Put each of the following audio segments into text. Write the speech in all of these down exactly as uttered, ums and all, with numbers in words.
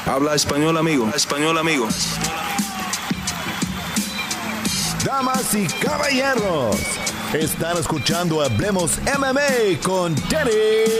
Habla español, amigo. Habla español, amigo. Damas y caballeros, están escuchando Hablemos M M A con Danny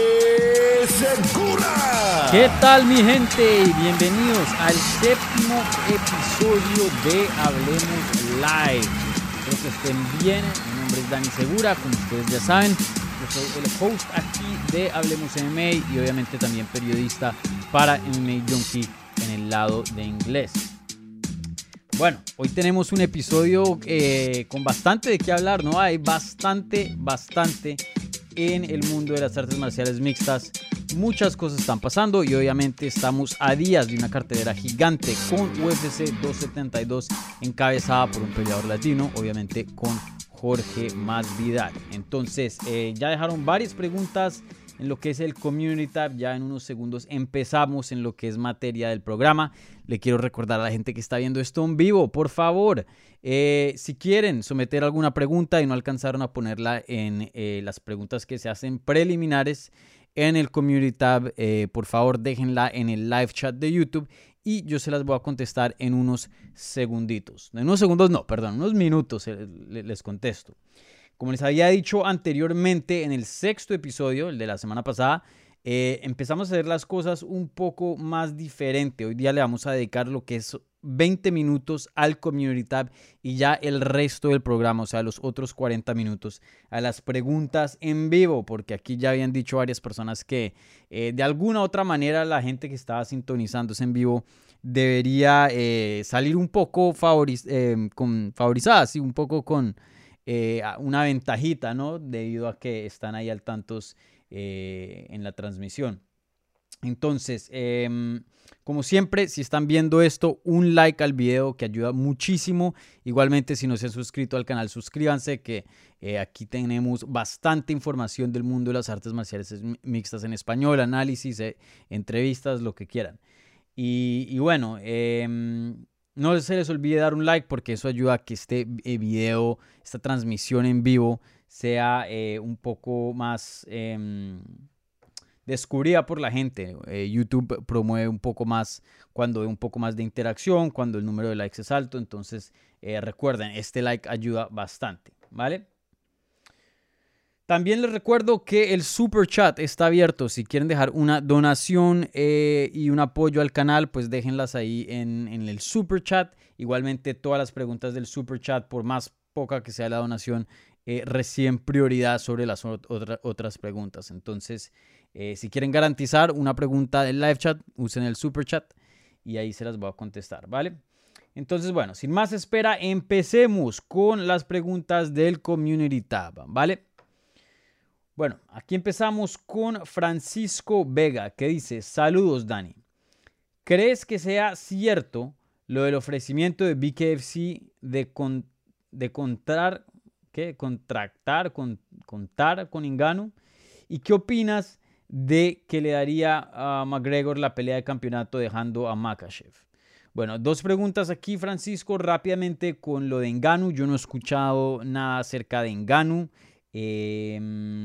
Segura. ¿Qué tal, mi gente? Bienvenidos al séptimo episodio de Hablemos Live. Espero que estén bien. Mi nombre es Danny Segura, como ustedes ya saben. Yo soy el host aquí de Hablemos M M A y obviamente también periodista para M M A Junkie en el lado de inglés. Bueno, hoy tenemos un episodio eh, con bastante de qué hablar, ¿no? Hay bastante, bastante en el mundo de las artes marciales mixtas. Muchas cosas están pasando y obviamente estamos a días de una cartelera gigante con U F C doscientos setenta y dos encabezada por un peleador latino, obviamente con Jorge Masvidal. Entonces, eh, ya dejaron varias preguntas en lo que es el Community Tab. Ya en unos segundos empezamos en lo que es materia del programa. Le quiero recordar a la gente que está viendo esto en vivo, por favor, eh, si quieren someter alguna pregunta y no alcanzaron a ponerla en eh, las preguntas que se hacen preliminares en el Community Tab, eh, por favor déjenla en el live chat de YouTube y yo se las voy a contestar en unos segunditos. En unos segundos no, perdón, unos minutos eh, les contesto. Como les había dicho anteriormente en el sexto episodio, el de la semana pasada, eh, empezamos a hacer las cosas un poco más diferente. Hoy día le vamos a dedicar lo que es veinte minutos al Community Tab y ya el resto del programa, o sea, los otros cuarenta minutos a las preguntas en vivo, porque aquí ya habían dicho varias personas que eh, de alguna u otra manera la gente que estaba sintonizándose en vivo debería eh, salir un poco favoriz- eh, con, favorizada, sí, un poco con eh, una ventajita, ¿no? Debido a que están ahí al tantos eh, en la transmisión. Entonces, eh, como siempre, si están viendo esto, un like al video que ayuda muchísimo. Igualmente, si no se han suscrito al canal, suscríbanse, que eh, aquí tenemos bastante información del mundo de las artes marciales mixtas en español, análisis, eh, entrevistas, lo que quieran. Y, y bueno, eh, no se les olvide dar un like porque eso ayuda a que este video, esta transmisión en vivo sea eh, un poco más eh, descubrida por la gente. Eh, YouTube promueve un poco más cuando hay un poco más de interacción, cuando el número de likes es alto. Entonces eh, recuerden, este like ayuda bastante, ¿vale? También les recuerdo que el Super Chat está abierto. Si quieren dejar una donación eh, y un apoyo al canal, pues déjenlas ahí en, en el Super Chat. Igualmente, todas las preguntas del Super Chat, por más poca que sea la donación, eh, reciben prioridad sobre las otra, otras preguntas. Entonces, eh, si quieren garantizar una pregunta del live chat, usen el Super Chat y ahí se las voy a contestar, ¿vale? Entonces, bueno, sin más espera, empecemos con las preguntas del Community Tab, ¿vale? Bueno, aquí empezamos con Francisco Vega, que dice: saludos, Dani. ¿Crees que sea cierto lo del ofrecimiento de B K F C de, con, de contrar, ¿qué? contractar, con, contar con Ngannou? ¿Y qué opinas de que le daría a McGregor la pelea de campeonato dejando a Makhachev? Bueno, dos preguntas aquí, Francisco, rápidamente con lo de Ngannou. Yo no he escuchado nada acerca de Ngannou. Eh,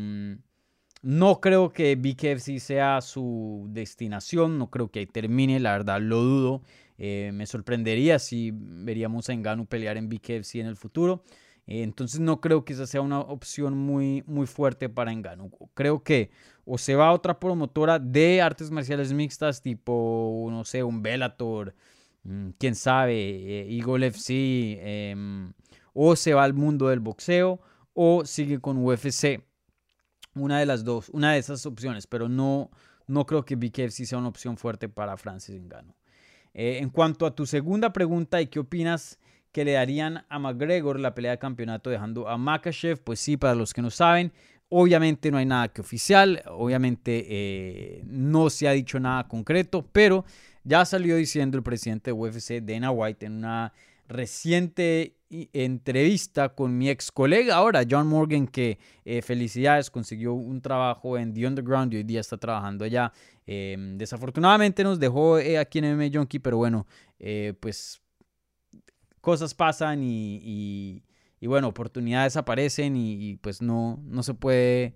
no creo que B K F C sea su destinación, no creo que ahí termine, la verdad lo dudo. Eh, me sorprendería si veríamos a Ngannou pelear en B K F C en el futuro. Eh, entonces no creo que esa sea una opción muy, muy fuerte para Ngannou. Creo que o se va a otra promotora de artes marciales mixtas, tipo, no sé, un Bellator, mmm, quién sabe, eh, Eagle F C, eh, o se va al mundo del boxeo, o sigue con U F C. Una de las dos, una de esas opciones, pero no, no creo que B K F C sea una opción fuerte para Francis Ngannou. Eh, en cuanto a tu segunda pregunta, ¿y qué opinas que le darían a McGregor la pelea de campeonato dejando a Makhachev? Pues sí, para los que no saben, obviamente no hay nada que oficial, obviamente eh, no se ha dicho nada concreto, pero ya salió diciendo el presidente de U F C, Dana White, en una reciente entrevista con mi ex colega ahora, John Morgan, que eh, felicidades, consiguió un trabajo en The Underground y hoy día está trabajando allá. Eh, desafortunadamente nos dejó eh, aquí en M M A Junkie, pero bueno, eh, pues cosas pasan y, y, y bueno, oportunidades aparecen y, y pues no, no se puede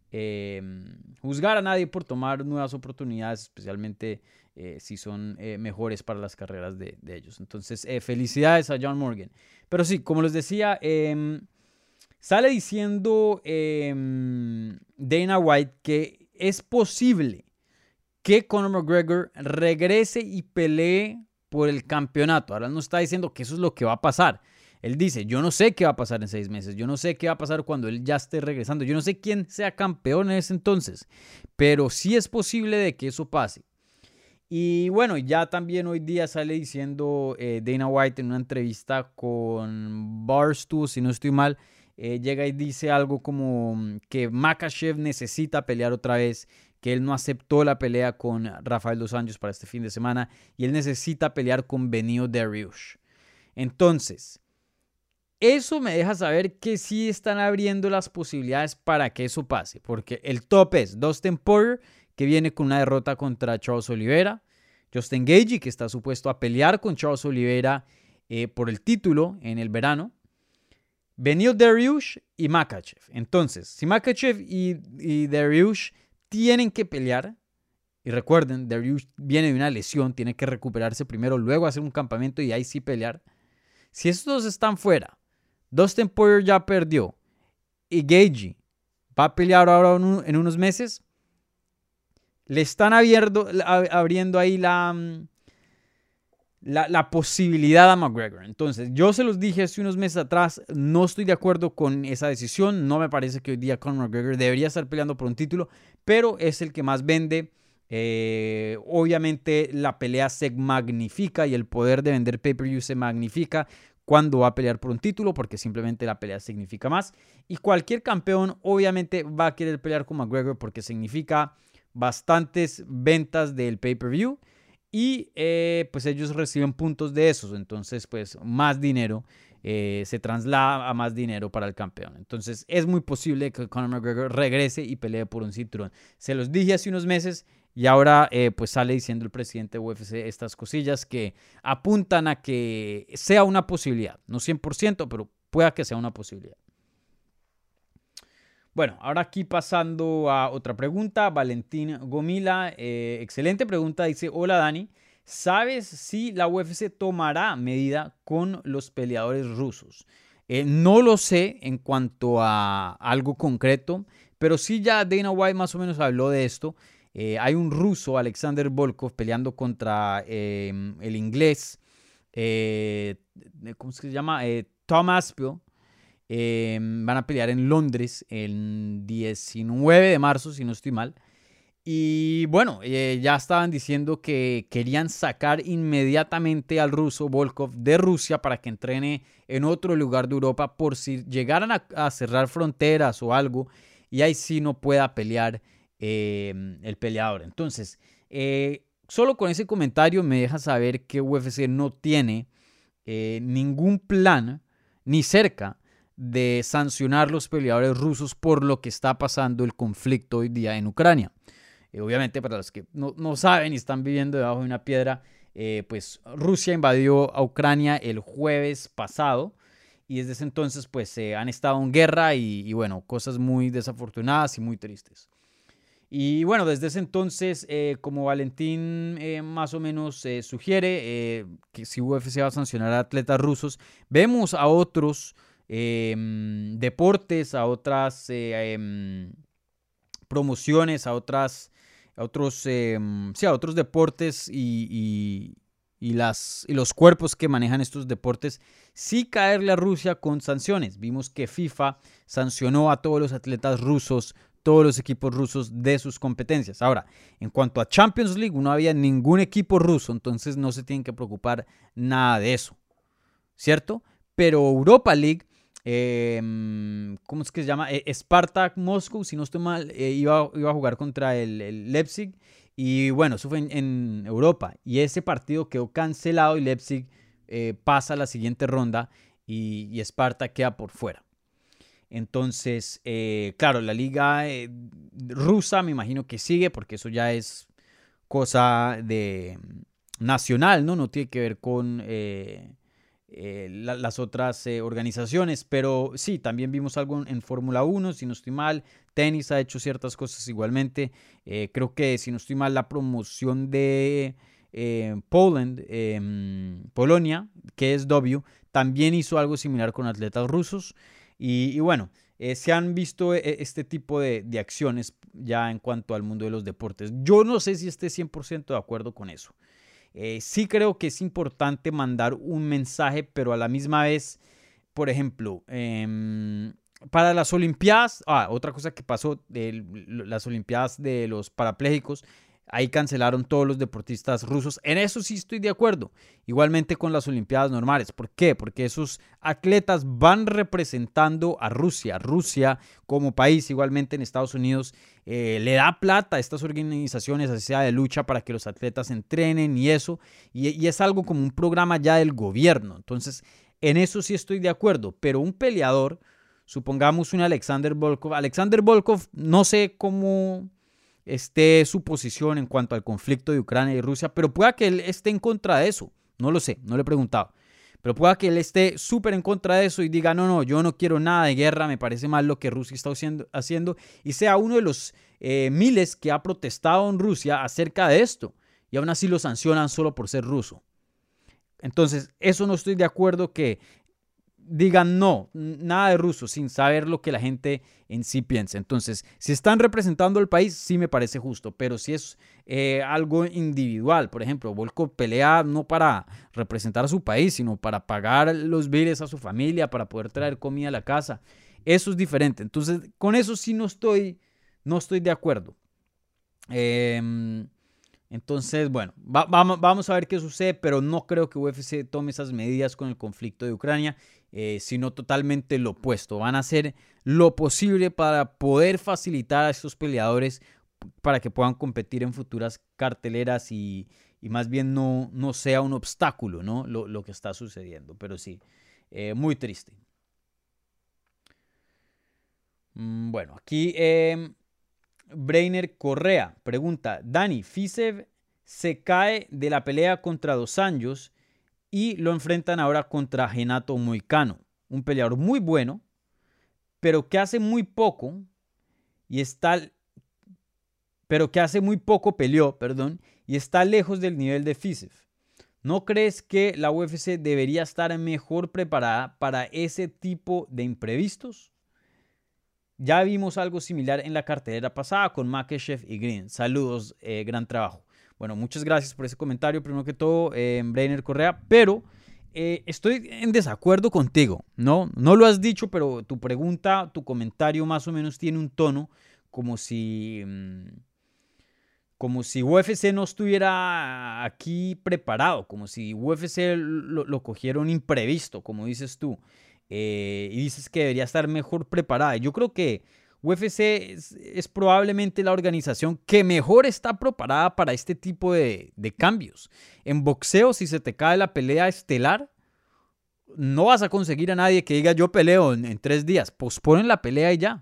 eh, juzgar a nadie por tomar nuevas oportunidades, especialmente eh, si son eh, mejores para las carreras de, de ellos. Entonces, eh, felicidades a John Morgan. Pero sí, como les decía, eh, sale diciendo eh, Dana White que es posible que Conor McGregor regrese y pelee por el campeonato. Ahora no está diciendo que eso es lo que va a pasar. Él dice, yo no sé qué va a pasar en seis meses. Yo no sé qué va a pasar cuando él ya esté regresando. Yo no sé quién sea campeón en ese entonces. Pero sí es posible de que eso pase. Y bueno, ya también hoy día sale diciendo eh, Dana White en una entrevista con Barstool, si no estoy mal, eh, llega y dice algo como que Makhachev necesita pelear otra vez, que él no aceptó la pelea con Rafael dos Anjos para este fin de semana y él necesita pelear con Beneil Dariush. Entonces, eso me deja saber que sí están abriendo las posibilidades para que eso pase, porque el top es Dustin Poirier, que viene con una derrota contra Charles Oliveira, Justin Gaethje, que está supuesto a pelear con Charles Oliveira eh, por el título en el verano, Beneil Dariush y Makhachev. Entonces, si Makhachev y, y Dariush tienen que pelear, y recuerden, Dariush viene de una lesión, tiene que recuperarse primero, luego hacer un campamento y ahí sí pelear. Si estos dos están fuera, Dustin Poirier ya perdió y Gaethje va a pelear ahora en unos meses, le están abriendo, abriendo ahí la, la, la posibilidad a McGregor. Entonces, yo se los dije hace unos meses atrás, no estoy de acuerdo con esa decisión. No me parece que hoy día Conor McGregor debería estar peleando por un título, pero es el que más vende. Eh, obviamente la pelea se magnifica y el poder de vender pay-per-view se magnifica cuando va a pelear por un título, porque simplemente la pelea significa más. Y cualquier campeón obviamente va a querer pelear con McGregor porque significa bastantes ventas del pay-per-view y eh, pues ellos reciben puntos de esos, entonces pues más dinero eh, se traslada a más dinero para el campeón. Entonces es muy posible que Conor McGregor regrese y pelee por un cinturón. Se los dije hace unos meses y ahora eh, pues sale diciendo el presidente de U F C estas cosillas que apuntan a que sea una posibilidad, no cien por ciento, pero pueda que sea una posibilidad. Bueno, ahora aquí pasando a otra pregunta, Valentín Gomila, eh, excelente pregunta, dice, hola Dani, ¿sabes si la U F C tomará medida con los peleadores rusos? Eh, no lo sé en cuanto a algo concreto, pero sí ya Dana White más o menos habló de esto. Eh, hay un ruso, Alexander Volkov, peleando contra eh, el inglés, eh, ¿cómo se llama? Eh, Tom Aspinall. Eh, van a pelear en Londres el diecinueve de marzo, si no estoy mal. Y bueno, eh, ya estaban diciendo que querían sacar inmediatamente al ruso Volkov de Rusia para que entrene en otro lugar de Europa por si llegaran a, a cerrar fronteras o algo y ahí sí no pueda pelear eh, el peleador. Entonces, eh, solo con ese comentario me deja saber que U F C no tiene eh, ningún plan ni cerca de sancionar los peleadores rusos por lo que está pasando el conflicto hoy día en Ucrania. Eh, obviamente, para los que no, no saben y están viviendo debajo de una piedra, eh, pues Rusia invadió a Ucrania el jueves pasado y desde ese entonces pues eh, han estado en guerra y, y bueno, cosas muy desafortunadas y muy tristes. Y bueno, desde ese entonces, eh, como Valentín eh, más o menos eh, sugiere, eh, que si U F C va a sancionar a atletas rusos, vemos a otros Eh, deportes, a otras eh, eh, promociones, a otras, a otros, eh, sí, a otros deportes y, y, y, las, y los cuerpos que manejan estos deportes, sí caerle a Rusia con sanciones. Vimos que FIFA sancionó a todos los atletas rusos, todos los equipos rusos de sus competencias. Ahora, en cuanto a Champions League, no había ningún equipo ruso, entonces no se tienen que preocupar nada de eso, ¿cierto? Pero Europa League, Eh, ¿cómo es que se llama? Eh, Spartak Moscú, si no estoy mal, eh, iba, iba a jugar contra el, el Leipzig. Y bueno, eso fue en, en Europa. Y ese partido quedó cancelado y Leipzig eh, pasa a la siguiente ronda y, y Spartak queda por fuera. Entonces, eh, claro, la liga eh, rusa me imagino que sigue porque eso ya es cosa de nacional, ¿no? No tiene que ver con... Eh, eh, la, las otras eh, organizaciones. Pero sí, también vimos algo en, en Fórmula uno, si no estoy mal. Tenis ha hecho ciertas cosas igualmente. Eh, creo que, si no estoy mal, la promoción de eh, Poland, eh, Polonia, que es W, también hizo algo similar con atletas rusos. Y, y bueno, eh, se han visto eh, este tipo de, de acciones ya en cuanto al mundo de los deportes. Yo no sé si esté cien por ciento de acuerdo con eso. Eh, sí creo que es importante mandar un mensaje, pero a la misma vez, por ejemplo, eh, para las Olimpiadas, ah, otra cosa que pasó, de las Olimpiadas de los parapléjicos, ahí cancelaron todos los deportistas rusos. En eso sí estoy de acuerdo. Igualmente con las Olimpiadas normales. ¿Por qué? Porque esos atletas van representando a Rusia. Rusia como país, igualmente en Estados Unidos, eh, le da plata a estas organizaciones, así sea de lucha, para que los atletas entrenen y eso. Y, y es algo como un programa ya del gobierno. Entonces, en eso sí estoy de acuerdo. Pero un peleador, supongamos un Alexander Volkov. Alexander Volkov, no sé cómo esté su posición en cuanto al conflicto de Ucrania y Rusia, pero pueda que él esté en contra de eso. No lo sé, no le he preguntado. Pero pueda que él esté súper en contra de eso y diga, no, no, yo no quiero nada de guerra, me parece mal lo que Rusia está haciendo, haciendo y sea uno de los eh, miles que ha protestado en Rusia acerca de esto. Y aún así lo sancionan solo por ser ruso. Entonces, eso no estoy de acuerdo, que digan no, nada de ruso, sin saber lo que la gente en sí piensa. Entonces, si están representando al país, sí me parece justo, pero si es eh, algo individual, por ejemplo, Volkov pelea no para representar a su país, sino para pagar los biles a su familia, para poder traer comida a la casa, eso es diferente. Entonces, con eso sí no estoy, no estoy de acuerdo. Eh, Entonces, bueno, va, vamos, vamos a ver qué sucede, pero no creo que U F C tome esas medidas con el conflicto de Ucrania, eh, sino totalmente lo opuesto. Van a hacer lo posible para poder facilitar a estos peleadores para que puedan competir en futuras carteleras y, y más bien no, no sea un obstáculo, ¿no? Lo, lo que está sucediendo, pero sí, eh, muy triste. Mm, bueno, aquí... Eh, Breiner Correa pregunta, Dani, Fisev se cae de la pelea contra Dos Anjos y lo enfrentan ahora contra Renato Moicano, un peleador muy bueno, pero que hace muy poco y está, pero que hace muy poco peleó, perdón, y está lejos del nivel de Fisev. ¿No crees que la U F C debería estar mejor preparada para ese tipo de imprevistos? Ya vimos algo similar en la cartelera pasada con Makhachev y Green. Saludos, eh, gran trabajo. Bueno, muchas gracias por ese comentario, primero que todo, eh, Breiner Correa, pero eh, estoy en desacuerdo contigo, ¿no? No lo has dicho, pero tu pregunta, tu comentario más o menos tiene un tono como si, como si U F C no estuviera aquí preparado, como si U F C lo, lo cogieron imprevisto, como dices tú. Eh, y dices que debería estar mejor preparada. Yo creo que U F C es, es probablemente la organización que mejor está preparada para este tipo de, de cambios. En boxeo, si se te cae la pelea estelar, no vas a conseguir a nadie que diga yo peleo en, en tres días. Posponen la pelea y ya.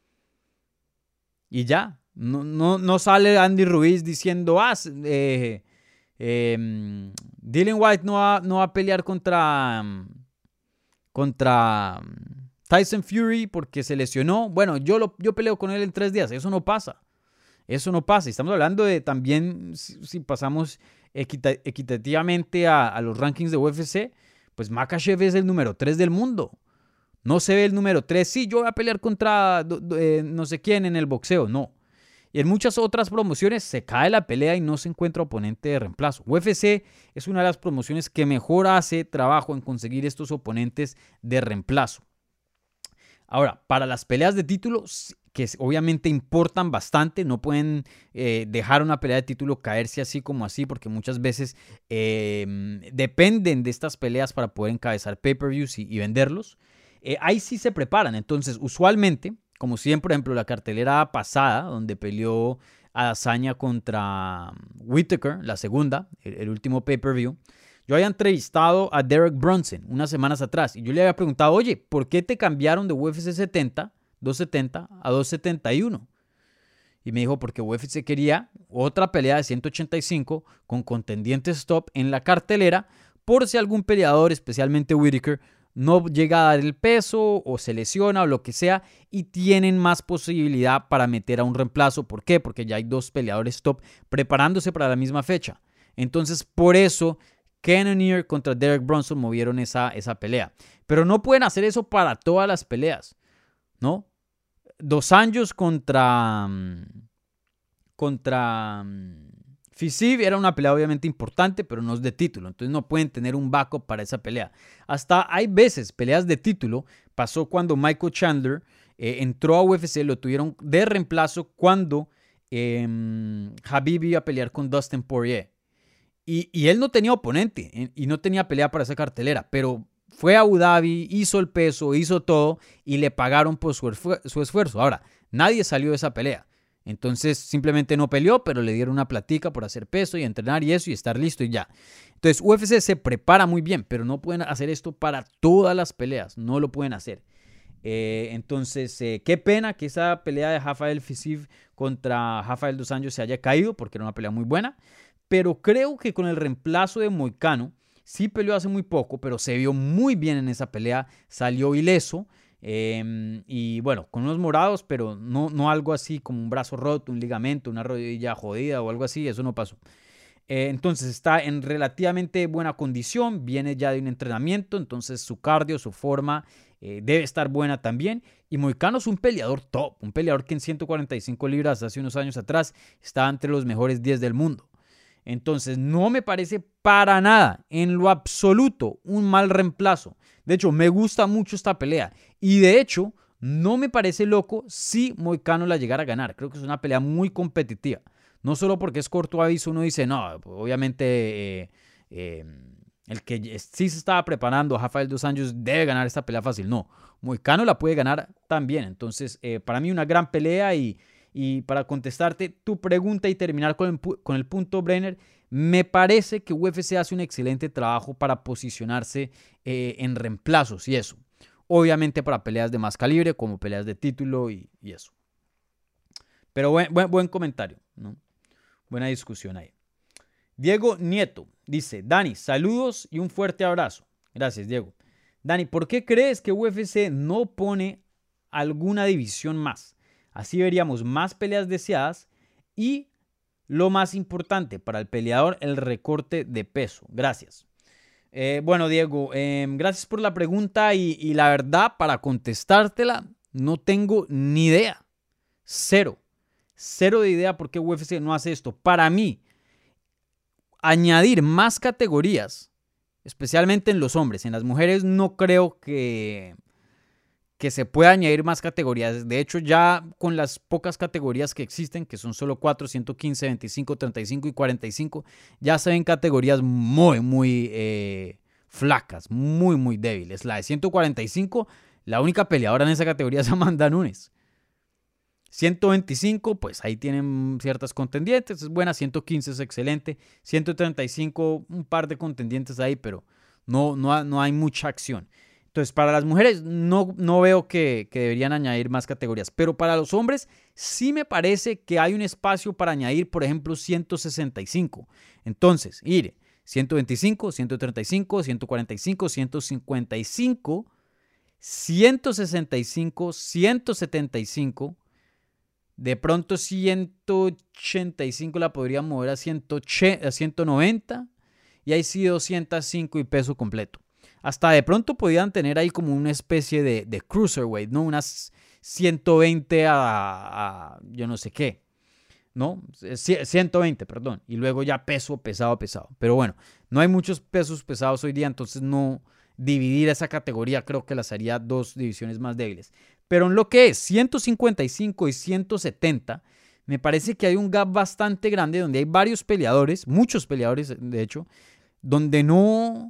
Y ya. No, no, no sale Andy Ruiz diciendo, ah, eh, eh, Dillian Whyte no va, no va a pelear contra... contra Tyson Fury porque se lesionó. Bueno, yo, lo, yo peleo con él en tres días. Eso no pasa. Eso no pasa. Estamos hablando de también, si, si pasamos equita, equitativamente a, a los rankings de U F C, pues Makhachev es el número tres del mundo. No se ve el número tres. Sí, yo voy a pelear contra eh, no sé quién en el boxeo. No. Y en muchas otras promociones se cae la pelea y no se encuentra oponente de reemplazo. U F C es una de las promociones que mejor hace trabajo en conseguir estos oponentes de reemplazo. Ahora, para las peleas de título, que obviamente importan bastante, no pueden eh, dejar una pelea de título caerse así como así, porque muchas veces eh, dependen de estas peleas para poder encabezar pay-per-views y, y venderlos. Eh, ahí sí se preparan. Entonces, usualmente, como si bien, por ejemplo, la cartelera pasada, donde peleó Adesanya contra Whittaker, la segunda, el, el último pay-per-view, yo había entrevistado a Derek Brunson unas semanas atrás y yo le había preguntado, oye, ¿por qué te cambiaron de U F C setenta, doscientos setenta a doscientos setenta y uno? Y me dijo, porque U F C quería otra pelea de ciento ochenta y cinco con contendientes top en la cartelera por si algún peleador, especialmente Whittaker, no llega a dar el peso o se lesiona o lo que sea y tienen más posibilidad para meter a un reemplazo. ¿Por qué? Porque ya hay dos peleadores top preparándose para la misma fecha. Entonces, por eso Cannonier contra Derek Brunson movieron esa, esa pelea. Pero no pueden hacer eso para todas las peleas, ¿no? Dos Anjos contra... contra... Fiziev era una pelea obviamente importante, pero no es de título. Entonces no pueden tener un backup para esa pelea. Hasta hay veces peleas de título. Pasó cuando Michael Chandler eh, entró a U F C. Lo tuvieron de reemplazo cuando eh, Khabib iba a pelear con Dustin Poirier. Y, y él no tenía oponente y no tenía pelea para esa cartelera. Pero fue a Abu Dhabi, hizo el peso, hizo todo y le pagaron por su, su esfuerzo. Ahora, nadie salió de esa pelea. Entonces simplemente no peleó, pero le dieron una platica por hacer peso y entrenar y eso y estar listo y ya. Entonces U F C se prepara muy bien, pero no pueden hacer esto para todas las peleas. No lo pueden hacer. Eh, entonces, eh, qué pena que esa pelea de Rafael Fiziev contra Rafael dos Anjos se haya caído porque era una pelea muy buena. Pero creo que con el reemplazo de Moicano, sí peleó hace muy poco, pero se vio muy bien en esa pelea. Salió ileso. Eh, y bueno, con unos morados, pero no, no algo así como un brazo roto, un ligamento, una rodilla jodida o algo así, eso no pasó. Eh, entonces está en relativamente buena condición, viene ya de un entrenamiento, entonces su cardio, su forma eh, debe estar buena también. Y Moicano es un peleador top, un peleador que en ciento cuarenta y cinco libras hace unos años atrás estaba entre los mejores diez del mundo. Entonces no me parece para nada, en lo absoluto, un mal reemplazo. De hecho, me gusta mucho esta pelea. Y de hecho, no me parece loco si Moicano la llegara a ganar. Creo que es una pelea muy competitiva. No solo porque es corto aviso, uno dice, no, obviamente eh, eh, el que sí se estaba preparando, Rafael dos Anjos, debe ganar esta pelea fácil. No, Moicano la puede ganar también. Entonces, eh, para mí una gran pelea y... Y para contestarte tu pregunta y terminar con el, con el punto, Brenner, me parece que U F C hace un excelente trabajo para posicionarse eh, en reemplazos y eso. Obviamente para peleas de más calibre, como peleas de título y, y eso. Pero buen, buen, buen comentario, ¿no? Buena discusión ahí. Diego Nieto dice, Dani, saludos y un fuerte abrazo. Gracias, Diego. Dani, ¿por qué crees que U F C no pone alguna división más? Así veríamos más peleas deseadas y, lo más importante para el peleador, el recorte de peso. Gracias. Eh, bueno, Diego, eh, gracias por la pregunta y, y la verdad, para contestártela, no tengo ni idea. Cero. Cero de idea por qué U F C no hace esto. Para mí, añadir más categorías, especialmente en los hombres, en las mujeres no creo que... que se pueda añadir más categorías. De hecho, ya con las pocas categorías que existen, que son solo cuatro, ciento quince, veinticinco, treinta y cinco y cuarenta y cinco, ya se ven categorías muy, muy eh, flacas, muy, muy débiles. La de ciento cuarenta y cinco, la única peleadora en esa categoría es Amanda Nunes. ciento veinticinco, pues ahí tienen ciertas contendientes, es buena. ciento quince es excelente. ciento treinta y cinco, un par de contendientes ahí, pero no, no, no hay mucha acción. Entonces, para las mujeres no, no veo que, que deberían añadir más categorías. Pero para los hombres sí me parece que hay un espacio para añadir, por ejemplo, ciento sesenta y cinco. Entonces, mire, ciento veinticinco, ciento treinta y cinco, ciento cuarenta y cinco, ciento cincuenta y cinco, ciento sesenta y cinco, ciento setenta y cinco. De pronto ciento ochenta y cinco la podría mover a, a ciento noventa. Y ahí sí doscientos cinco y peso completo. Hasta de pronto podían tener ahí como una especie de, de cruiserweight, ¿no? Unas ciento veinte a, a yo no sé qué, ¿no? ciento veinte, perdón. Y luego ya peso pesado, pesado. Pero bueno, no hay muchos pesos pesados hoy día, entonces no dividir esa categoría creo que las haría dos divisiones más débiles. Pero en lo que es ciento cincuenta y cinco y ciento setenta, me parece que hay un gap bastante grande donde hay varios peleadores, muchos peleadores de hecho, donde no...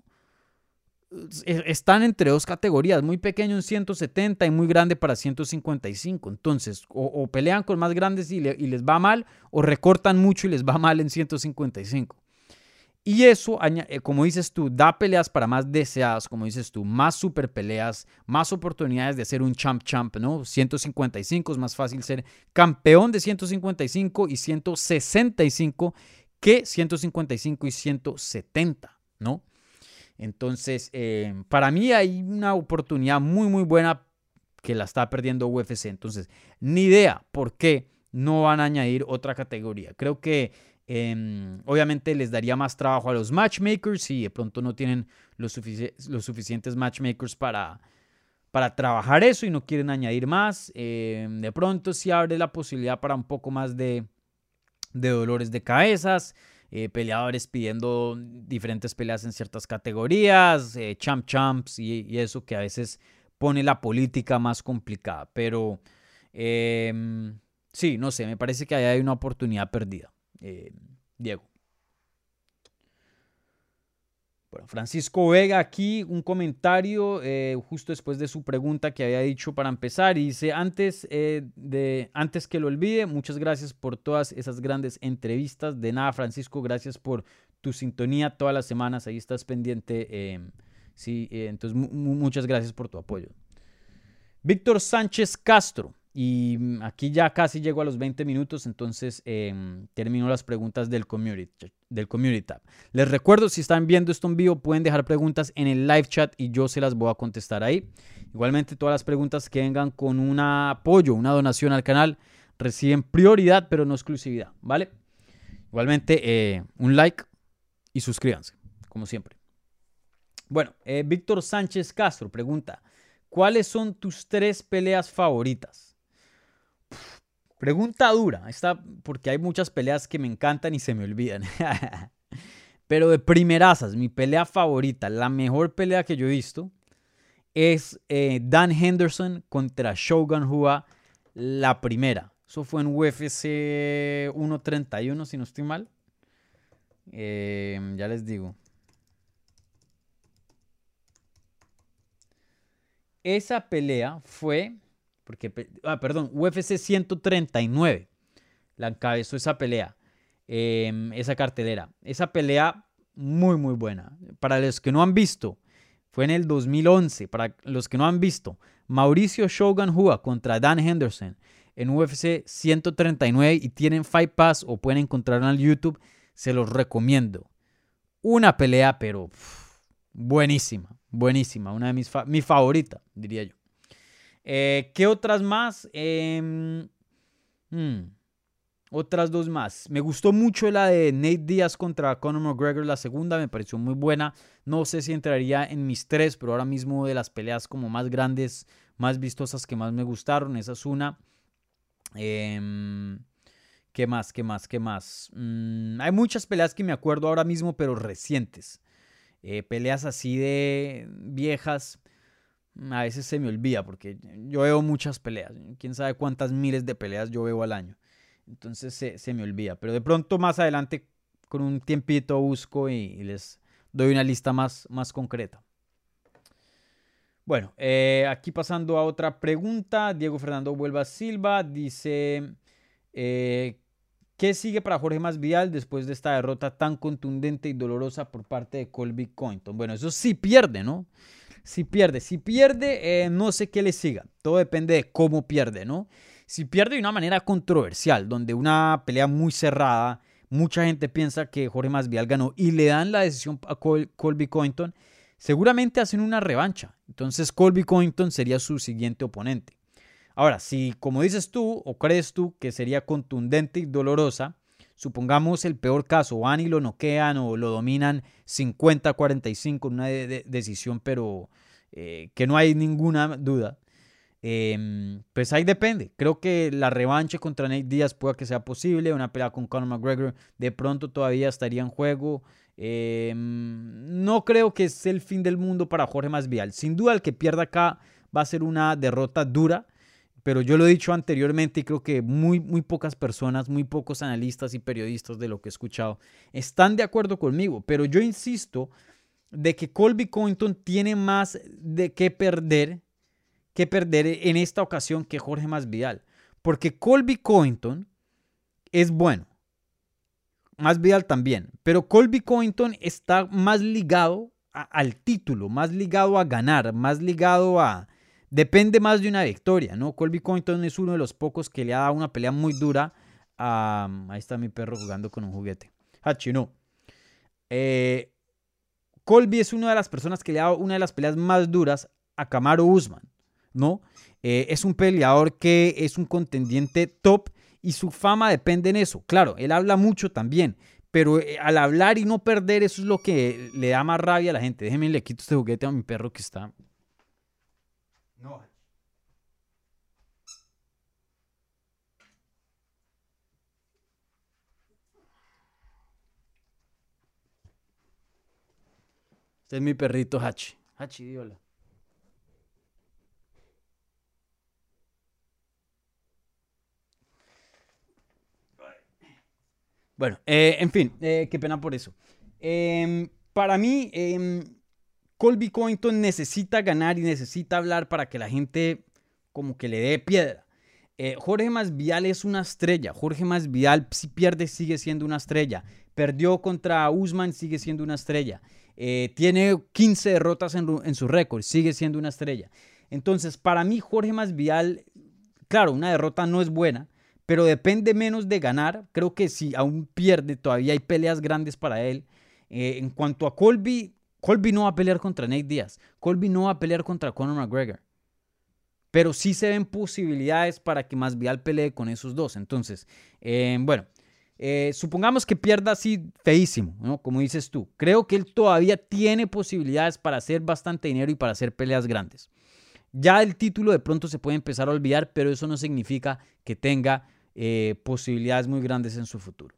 están entre dos categorías, muy pequeño en ciento setenta y muy grande para ciento cincuenta y cinco. Entonces, o, o pelean con más grandes y, le, y les va mal, o recortan mucho y les va mal en ciento cincuenta y cinco. Y eso, como dices tú, da peleas para más deseadas, como dices tú, más super peleas, más oportunidades de ser un champ champ, ¿no? ciento cincuenta y cinco es más fácil ser campeón de ciento cincuenta y cinco y ciento sesenta y cinco que ciento cincuenta y cinco y ciento setenta, ¿no? Entonces, eh, para mí hay una oportunidad muy, muy buena que la está perdiendo U F C. Entonces, ni idea por qué no van a añadir otra categoría. Creo que eh, obviamente les daría más trabajo a los matchmakers y de pronto no tienen los, sufici los suficientes matchmakers para, para trabajar eso y no quieren añadir más. Eh, de pronto sí abre la posibilidad para un poco más de, de dolores de cabezas. Eh, peleadores pidiendo diferentes peleas en ciertas categorías, eh, champ champs y, y eso que a veces pone la política más complicada. Pero eh, sí, no sé, me parece que ahí hay una oportunidad perdida. Eh, Diego. Bueno, Francisco Vega aquí, un comentario eh, justo después de su pregunta que había dicho para empezar y dice, antes, eh, de, antes que lo olvide, muchas gracias por todas esas grandes entrevistas. De nada, Francisco, gracias por tu sintonía todas las semanas, ahí estás pendiente. Eh, sí, eh, entonces muchas gracias por tu apoyo. Víctor Sánchez Castro. Y aquí ya casi llego a los veinte minutos, entonces eh, termino las preguntas del community, del community tab. Les recuerdo, si están viendo esto en vivo, pueden dejar preguntas en el live chat y yo se las voy a contestar ahí. Igualmente, todas las preguntas que vengan con un apoyo, una donación al canal, reciben prioridad, pero no exclusividad, ¿vale? Igualmente, eh, un like y suscríbanse, como siempre. Bueno, eh, Víctor Sánchez Castro pregunta, ¿cuáles son tus tres peleas favoritas? Pregunta dura, esta, porque hay muchas peleas que me encantan y se me olvidan. Pero de primerazas, mi pelea favorita, la mejor pelea que yo he visto, es eh, Dan Henderson contra Shogun Rua, la primera. Eso fue en U F C ciento treinta y uno, si no estoy mal. Eh, ya les digo. Esa pelea fue... Porque, ah, perdón, U F C ciento treinta y nueve la encabezó esa pelea, eh, esa cartelera. Esa pelea muy, muy buena. Para los que no han visto, fue en el dos mil once. Para los que no han visto, Mauricio Shogun Rua contra Dan Henderson en U F C ciento treinta y nueve y tienen Fight Pass o pueden encontrarlo en YouTube, se los recomiendo. Una pelea, pero pff, buenísima, buenísima. Una de mis fa mi favorita, diría yo. Eh, ¿Qué otras más? Eh, hmm, otras dos más. Me gustó mucho la de Nate Diaz contra Conor McGregor, la segunda, me pareció muy buena. No sé si entraría en mis tres, pero ahora mismo de las peleas como más grandes, más vistosas que más me gustaron, esa es una. Eh, ¿Qué más? ¿Qué más? ¿Qué más? Mm, hay muchas peleas que me acuerdo ahora mismo, pero recientes. Eh, peleas así de viejas. A veces se me olvida porque yo veo muchas peleas. Quién sabe cuántas miles de peleas yo veo al año. Entonces se, se me olvida. Pero de pronto más adelante con un tiempito busco y, y les doy una lista más, más concreta. Bueno, eh, aquí pasando a otra pregunta. Diego Fernando Vuelva Silva dice... Eh, ¿Qué sigue para Jorge Masvidal después de esta derrota tan contundente y dolorosa por parte de Colby Covington? Bueno, eso sí pierde, ¿no? Si pierde, si pierde, eh, no sé qué le siga. Todo depende de cómo pierde, ¿no? Si pierde de una manera controversial, donde una pelea muy cerrada, mucha gente piensa que Jorge Masvidal ganó y le dan la decisión a Col Colby Covington, seguramente hacen una revancha. Entonces Colby Covington sería su siguiente oponente. Ahora, si como dices tú o crees tú que sería contundente y dolorosa, supongamos el peor caso, van y lo noquean o lo dominan cincuenta a cuarenta y cinco en una de de decisión, pero eh, que no hay ninguna duda. Eh, pues ahí depende. Creo que la revancha contra Nate Diaz puede que sea posible. Una pelea con Conor McGregor de pronto todavía estaría en juego. Eh, no creo que es el fin del mundo para Jorge Masvidal. Sin duda el que pierda acá va a ser una derrota dura. Pero yo lo he dicho anteriormente y creo que muy, muy pocas personas, muy pocos analistas y periodistas de lo que he escuchado están de acuerdo conmigo. Pero yo insisto de que Colby Covington tiene más de qué perder, que perder en esta ocasión que Jorge Masvidal. Porque Colby Covington es bueno. Masvidal también. Pero Colby Covington está más ligado a, al título, más ligado a ganar, más ligado a... Depende más de una victoria, ¿no? Colby Covington es uno de los pocos que le ha dado una pelea muy dura a... Ahí está mi perro jugando con un juguete. Hachi, no. Eh, Colby es una de las personas que le ha dado una de las peleas más duras a Kamaru Usman, ¿no? Eh, es un peleador que es un contendiente top y su fama depende en eso. Claro, él habla mucho también, pero eh, al hablar y no perder, eso es lo que le da más rabia a la gente. Déjenme le quito este juguete a mi perro que está... No. Este es mi perrito Hachi. Hachi, diola. Bueno, eh, en fin, eh, qué pena por eso. Eh, para mí, eh, Colby Covington necesita ganar y necesita hablar para que la gente como que le dé piedra. Eh, Jorge Masvidal es una estrella. Jorge Masvidal, si pierde, sigue siendo una estrella. Perdió contra Usman, sigue siendo una estrella. Eh, tiene quince derrotas en, en su récord, sigue siendo una estrella. Entonces, para mí, Jorge Masvidal, claro, una derrota no es buena, pero depende menos de ganar. Creo que si aún pierde, todavía hay peleas grandes para él. Eh, en cuanto a Colby, Colby no va a pelear contra Nate Diaz. Colby no va a pelear contra Conor McGregor. Pero sí se ven posibilidades para que Masvidal pelee con esos dos. Entonces, eh, bueno, eh, supongamos que pierda así feísimo, ¿no? Como dices tú. Creo que él todavía tiene posibilidades para hacer bastante dinero y para hacer peleas grandes. Ya el título de pronto se puede empezar a olvidar, pero eso no significa que tenga eh, posibilidades muy grandes en su futuro.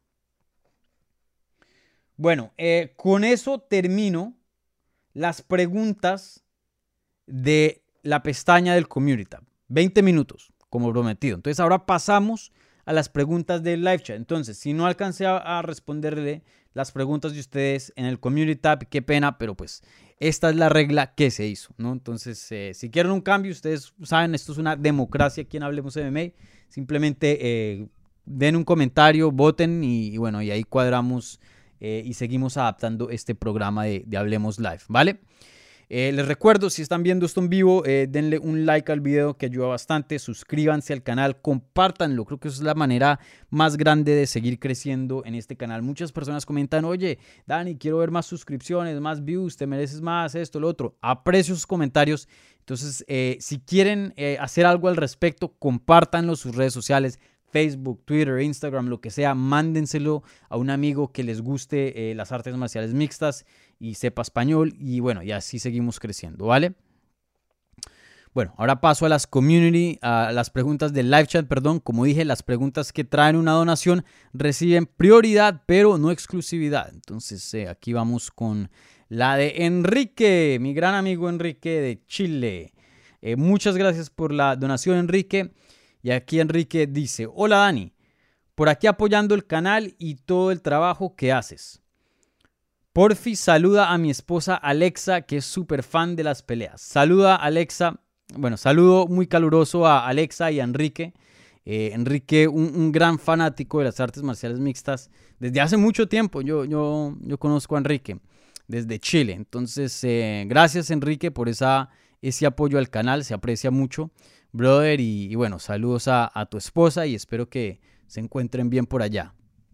Bueno, eh, con eso termino las preguntas de la pestaña del Community Tab. veinte minutos, como prometido. Entonces ahora pasamos a las preguntas del live chat. Entonces, si no alcancé a, a responderle las preguntas de ustedes en el Community Tab, qué pena, pero pues esta es la regla que se hizo, ¿no? Entonces, eh, si quieren un cambio, ustedes saben, esto es una democracia aquí en Hablemos M M A. Simplemente eh, den un comentario, voten y, y bueno, y ahí cuadramos eh, y seguimos adaptando este programa de, de Hablemos Live, ¿vale? Eh, les recuerdo, si están viendo esto en vivo, eh, denle un like al video que ayuda bastante, suscríbanse al canal, compártanlo, creo que eso es la manera más grande de seguir creciendo en este canal. Muchas personas comentan, oye, Dani, quiero ver más suscripciones, más views, te mereces más, esto, lo otro. Aprecio sus comentarios, entonces eh, si quieren eh, hacer algo al respecto, compártanlo en sus redes sociales, Facebook, Twitter, Instagram, lo que sea, mándenselo a un amigo que les guste eh, las artes marciales mixtas y sepa español y bueno, y así seguimos creciendo, ¿vale? Bueno, ahora paso a las community, a las preguntas del live chat, perdón. Como dije, las preguntas que traen una donación reciben prioridad, pero no exclusividad. Entonces, eh, aquí vamos con la de Enrique, mi gran amigo Enrique de Chile. Eh, muchas gracias por la donación, Enrique. Y aquí Enrique dice, hola Dani, por aquí apoyando el canal y todo el trabajo que haces. Porfi, saluda a mi esposa Alexa, que es súper fan de las peleas. Saluda Alexa, bueno, saludo muy caluroso a Alexa y a Enrique. Eh, Enrique, un, un gran fanático de las artes marciales mixtas desde hace mucho tiempo. Yo, yo, yo conozco a Enrique desde Chile. Entonces, eh, gracias Enrique por esa, ese apoyo al canal, se aprecia mucho. Brother, y, y bueno, saludos a, a tu esposa y espero que se encuentren bien por allá.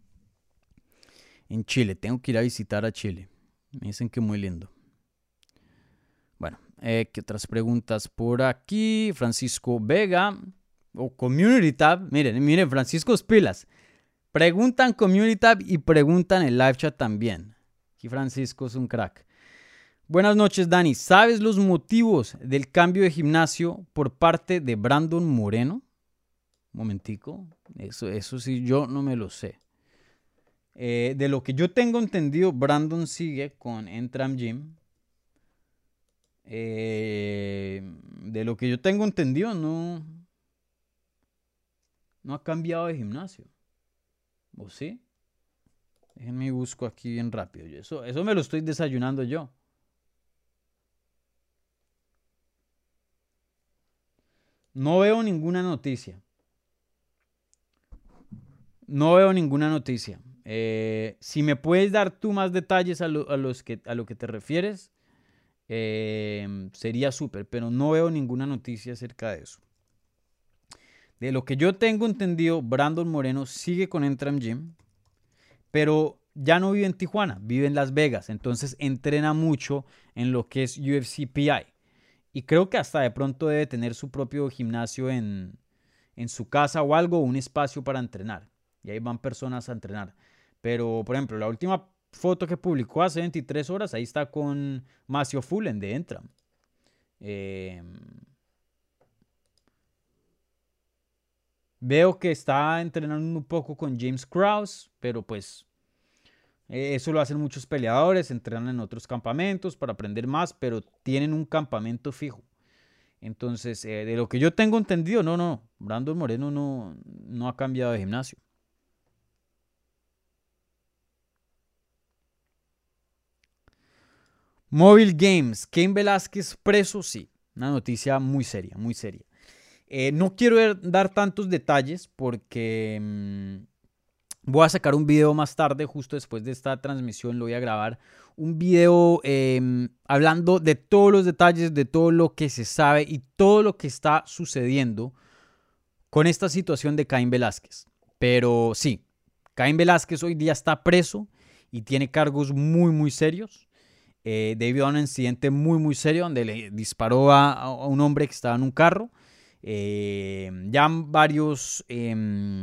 En Chile, tengo que ir a visitar a Chile. Me dicen que muy lindo. Bueno, eh, ¿qué otras preguntas por aquí? Francisco Vega, o Community Tab. Miren, miren, Francisco Pilas. Preguntan Community Tab y preguntan el live chat también. Aquí Francisco es un crack. Buenas noches, Dani. ¿Sabes los motivos del cambio de gimnasio por parte de Brandon Moreno? Un momentico. Eso, eso sí, yo no me lo sé. Eh, de lo que yo tengo entendido, Brandon sigue con Entram Gym. Eh, de lo que yo tengo entendido, no, no ha cambiado de gimnasio. ¿O sí? Déjenme busco aquí bien rápido. Eso, eso me lo estoy desayunando yo. No veo ninguna noticia. No veo ninguna noticia. Eh, si me puedes dar tú más detalles a lo, a los que, a lo que te refieres, eh, sería súper, pero no veo ninguna noticia acerca de eso. De lo que yo tengo entendido, Brandon Moreno sigue con Entram Gym, pero ya no vive en Tijuana, vive en Las Vegas, entonces entrena mucho en lo que es U F C P I. Y creo que hasta de pronto debe tener su propio gimnasio en, en su casa o algo, un espacio para entrenar. Y ahí van personas a entrenar. Pero, por ejemplo, la última foto que publicó hace veintitrés horas, ahí está con Macio Fullen de Entram. Eh, veo que está entrenando un poco con James Krause, pero pues eh, eso lo hacen muchos peleadores, entrenan en otros campamentos para aprender más, pero tienen un campamento fijo. Entonces, eh, de lo que yo tengo entendido, no, no, Brandon Moreno no, no ha cambiado de gimnasio. Mobile Games, Cain Velázquez preso, sí, una noticia muy seria, muy seria. Eh, no quiero er, dar tantos detalles porque mmm, voy a sacar un video más tarde, justo después de esta transmisión lo voy a grabar, un video eh, hablando de todos los detalles, de todo lo que se sabe y todo lo que está sucediendo con esta situación de Cain Velázquez. Pero sí, Cain Velázquez hoy día está preso y tiene cargos muy, muy serios. Eh, debido a un incidente muy muy serio donde le disparó a, a un hombre que estaba en un carro. Eh, ya han varios eh,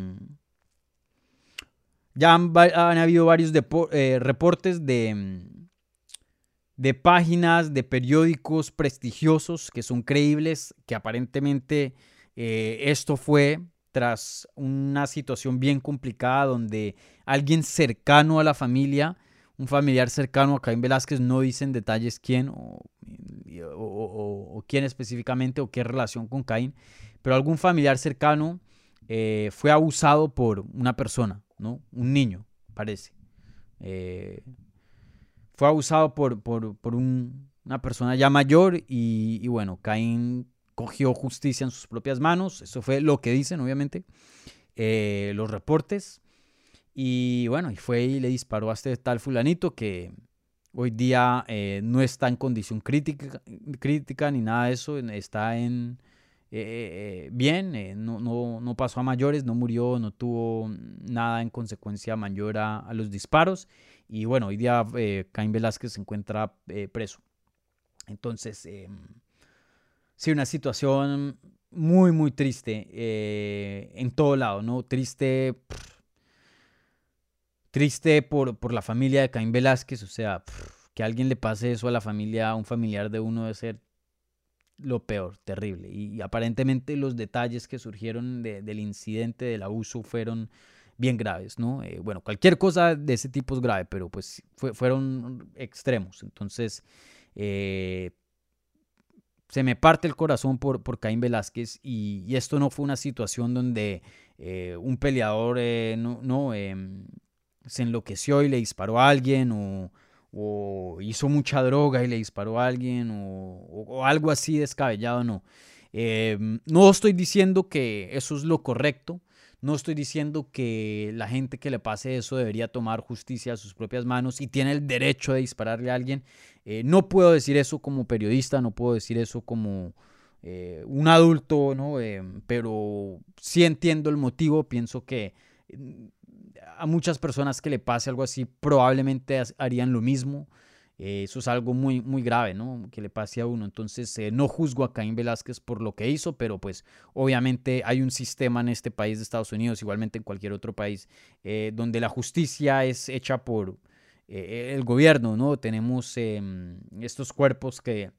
ya han, han habido varios depo, eh, reportes de, de páginas, de periódicos prestigiosos que son creíbles, que aparentemente eh, esto fue tras una situación bien complicada donde alguien cercano a la familia, un familiar cercano a Cain Velázquez, no dicen detalles quién o, o, o, o quién específicamente o qué relación con Cain, pero algún familiar cercano eh, fue abusado por una persona, ¿no? Un niño, parece. Eh, fue abusado por, por, por un, una persona ya mayor y, y bueno, Cain cogió justicia en sus propias manos. Eso fue lo que dicen, obviamente, eh, los reportes. Y bueno, y fue y le disparó a este tal fulanito que hoy día eh, no está en condición crítica, crítica ni nada de eso, está en eh, eh, bien, eh, no, no, no pasó a mayores, no murió, no tuvo nada en consecuencia mayor a, a los disparos. Y bueno, hoy día eh, Cain Velázquez se encuentra eh, preso. Entonces, eh, sí, una situación muy, muy triste eh, en todo lado, ¿no? Triste... Pff, Triste por, por la familia de Cain Velázquez, o sea, pff, que a alguien le pase eso a la familia, a un familiar de uno debe ser lo peor, terrible. Y, y aparentemente los detalles que surgieron de, del incidente, del abuso, fueron bien graves, ¿no? Eh, bueno, cualquier cosa de ese tipo es grave, pero pues fue, fueron extremos. Entonces, eh, se me parte el corazón por, por Cain Velázquez y, y esto no fue una situación donde eh, un peleador, eh, no... no eh, se enloqueció y le disparó a alguien o, o hizo mucha droga y le disparó a alguien o, o, o algo así descabellado, no. Eh, no estoy diciendo que eso es lo correcto, no estoy diciendo que la gente que le pase eso debería tomar justicia a sus propias manos y tiene el derecho de dispararle a alguien. Eh, no puedo decir eso como periodista, no puedo decir eso como eh, un adulto, ¿no? Eh, pero sí entiendo el motivo, pienso que a muchas personas que le pase algo así probablemente harían lo mismo. Eh, eso es algo muy, muy grave, ¿no? Que le pase a uno. Entonces, eh, no juzgo a Cain Velázquez por lo que hizo, pero pues obviamente hay un sistema en este país de Estados Unidos, igualmente en cualquier otro país, eh, donde la justicia es hecha por eh, el gobierno, ¿no? Tenemos eh, estos cuerpos que...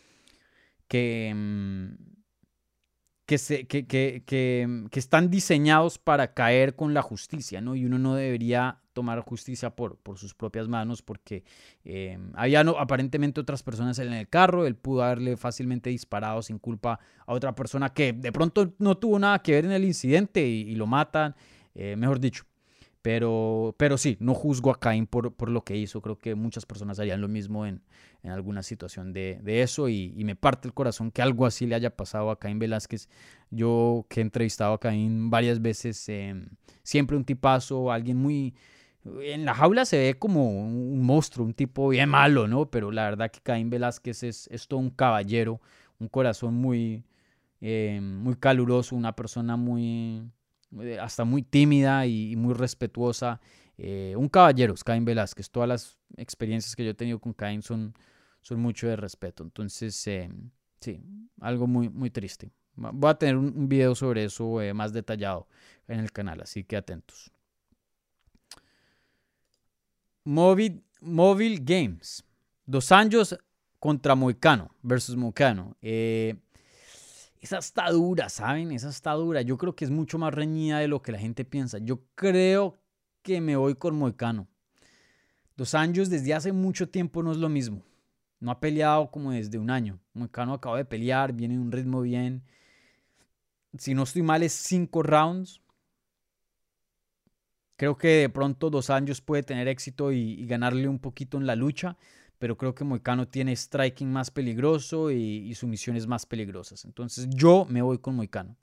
que Que, se, que, que, que, que están diseñados para caer con la justicia, ¿no? Y uno no debería tomar justicia por, por sus propias manos porque eh, había no, aparentemente otras personas en el carro, él pudo haberle fácilmente disparado sin culpa a otra persona que de pronto no tuvo nada que ver en el incidente y, y lo matan, eh, mejor dicho. Pero, pero sí, no juzgo a Cain por, por lo que hizo. Creo que muchas personas harían lo mismo en, en alguna situación de, de eso. Y, y me parte el corazón que algo así le haya pasado a Cain Velázquez. Yo que he entrevistado a Cain varias veces, eh, siempre un tipazo, alguien muy... En la jaula se ve como un monstruo, un tipo bien malo, ¿no? Pero la verdad que Cain Velázquez es, es todo un caballero, un corazón muy, eh, muy caluroso, una persona muy... hasta muy tímida y muy respetuosa. Eh, un caballero, es Caín Velázquez. Todas las experiencias que yo he tenido con Caín son, son mucho de respeto. Entonces, eh, sí, algo muy, muy triste. Voy a tener un, un video sobre eso eh, más detallado en el canal, así que atentos. Mobile, Mobile Games. Dos Anjos contra Moicano versus Moicano. Eh, esa está dura, ¿saben? Esa está dura. Yo creo que es mucho más reñida de lo que la gente piensa. Yo creo que me voy con Moicano. Dos Anjos desde hace mucho tiempo no es lo mismo. No ha peleado como desde un año. Moicano acaba de pelear, viene en un ritmo bien. Si no estoy mal, es cinco rounds. Creo que de pronto Dos Anjos puede tener éxito y, y ganarle un poquito en la lucha, pero creo que Moicano tiene striking más peligroso y, y sumisiones más peligrosas. Entonces yo me voy con Moicano.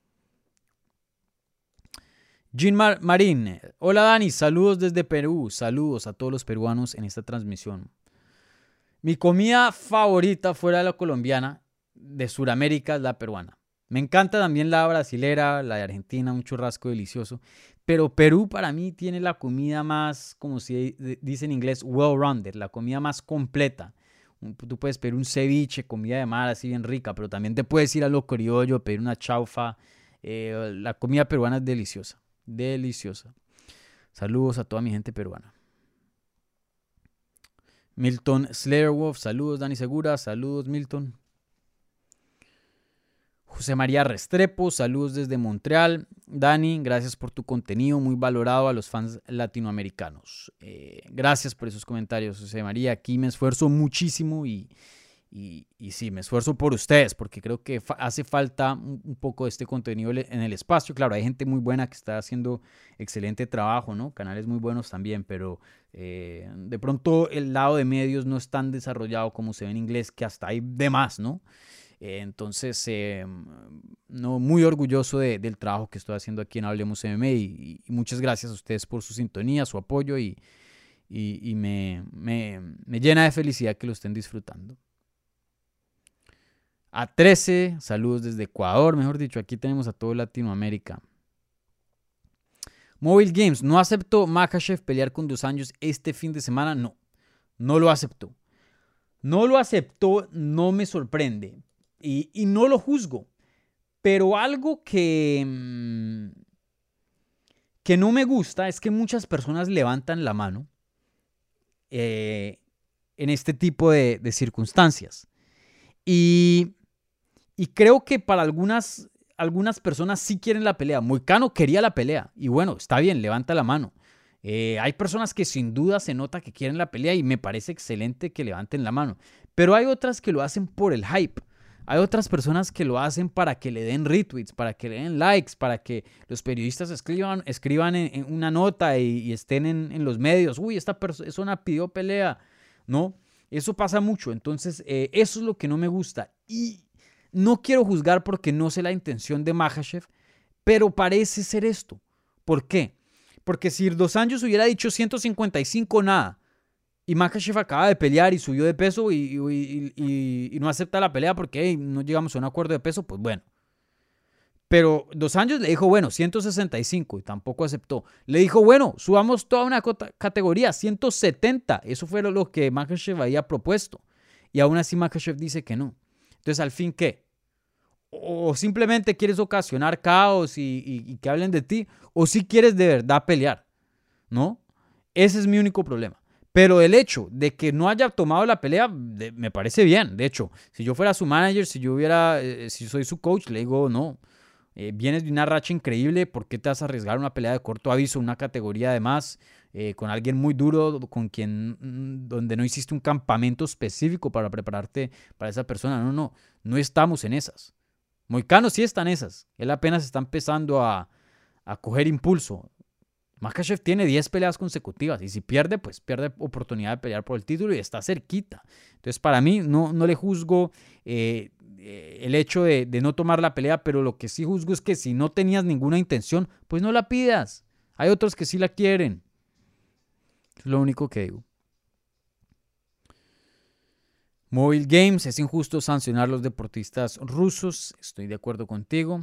Jean Mar Marín. Hola Dani, saludos desde Perú. Saludos a todos los peruanos en esta transmisión. Mi comida favorita fuera de la colombiana, de Sudamérica, es la peruana. Me encanta también la brasilera, la de Argentina, un churrasco delicioso. Pero Perú para mí tiene la comida más, como se dice en inglés, well-rounded, la comida más completa. Tú puedes pedir un ceviche, comida de mar así bien rica, pero también te puedes ir a lo criollo, pedir una chaufa. Eh, la comida peruana es deliciosa, deliciosa. Saludos a toda mi gente peruana. Milton Slayerwolf, saludos Dani Segura, saludos Milton. José María Restrepo, saludos desde Montreal. Dani, gracias por tu contenido, muy valorado a los fans latinoamericanos. Eh, gracias por esos comentarios, José María. Aquí me esfuerzo muchísimo y, y, y sí, me esfuerzo por ustedes, porque creo que fa hace falta un, un poco de este contenido en el espacio. Claro, hay gente muy buena que está haciendo excelente trabajo, ¿no? Canales muy buenos también, pero eh, de pronto el lado de medios no es tan desarrollado como se ve en inglés, que hasta hay de más, ¿no? Entonces, eh, no, muy orgulloso de, del trabajo que estoy haciendo aquí en Hablemos M M A y, y muchas gracias a ustedes por su sintonía, su apoyo y, y, y me, me, me llena de felicidad que lo estén disfrutando. A trece, saludos desde Ecuador, mejor dicho, aquí tenemos a todo Latinoamérica. Mobile Games, ¿no aceptó Makhachev pelear con Dos Anjos este fin de semana? No, no lo aceptó. No lo aceptó, no me sorprende. Y, y no lo juzgo, pero algo que, que no me gusta es que muchas personas levantan la mano eh, en este tipo de, de circunstancias. Y, y creo que para algunas, algunas personas sí quieren la pelea. Moicano quería la pelea y bueno, está bien, levanta la mano. Eh, hay personas que sin duda se nota que quieren la pelea y me parece excelente que levanten la mano. Pero hay otras que lo hacen por el hype. Hay otras personas que lo hacen para que le den retweets, para que le den likes, para que los periodistas escriban, escriban en, en una nota y, y estén en, en los medios. Uy, esta persona pidió pelea. No, eso pasa mucho. Entonces, eh, eso es lo que no me gusta. Y no quiero juzgar porque no sé la intención de Makhachev, pero parece ser esto. ¿Por qué? Porque si Dos Anjos hubiera dicho ciento cincuenta y cinco, nada. Y Makhachev acaba de pelear y subió de peso y, y, y, y no acepta la pelea porque hey, no llegamos a un acuerdo de peso, pues bueno. Pero Dos Anjos le dijo, bueno, ciento sesenta y cinco y tampoco aceptó. Le dijo, bueno, subamos toda una categoría, ciento setenta. Eso fue lo que Makhachev había propuesto. Y aún así Makhachev dice que no. Entonces, ¿al fin qué? O simplemente quieres ocasionar caos y, y, y que hablen de ti, o si quieres de verdad pelear, ¿no? Ese es mi único problema. Pero el hecho de que no haya tomado la pelea de, me parece bien. De hecho, si yo fuera su manager, si yo hubiera, eh, si soy su coach, le digo, no, eh, vienes de una racha increíble, ¿por qué te vas a arriesgar una pelea de corto aviso, una categoría además, eh, con alguien muy duro, con quien, mm, donde no hiciste un campamento específico para prepararte para esa persona? No, no, no estamos en esas. Moicano sí está en esas. Él apenas está empezando a, a coger impulso. Makhachev tiene diez peleas consecutivas y si pierde, pues pierde oportunidad de pelear por el título y está cerquita. Entonces, para mí, no, no le juzgo eh, eh, el hecho de, de no tomar la pelea, pero lo que sí juzgo es que si no tenías ninguna intención, pues no la pidas. Hay otros que sí la quieren. Es lo único que digo. Mobile Games, es injusto sancionar a los deportistas rusos. Estoy de acuerdo contigo.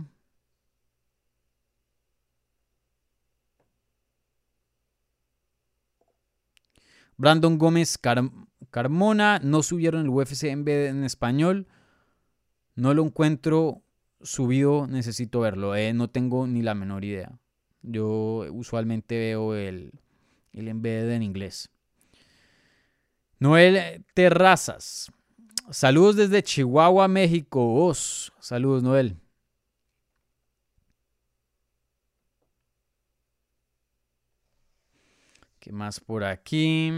Brandon Gómez Car- Carmona, no subieron el U F C en, en español. No lo encuentro subido, necesito verlo. Eh, no tengo ni la menor idea. Yo usualmente veo el, el embed en inglés. Noel Terrazas. Saludos desde Chihuahua, México. Os. Saludos, Noel. ¿Qué más por aquí?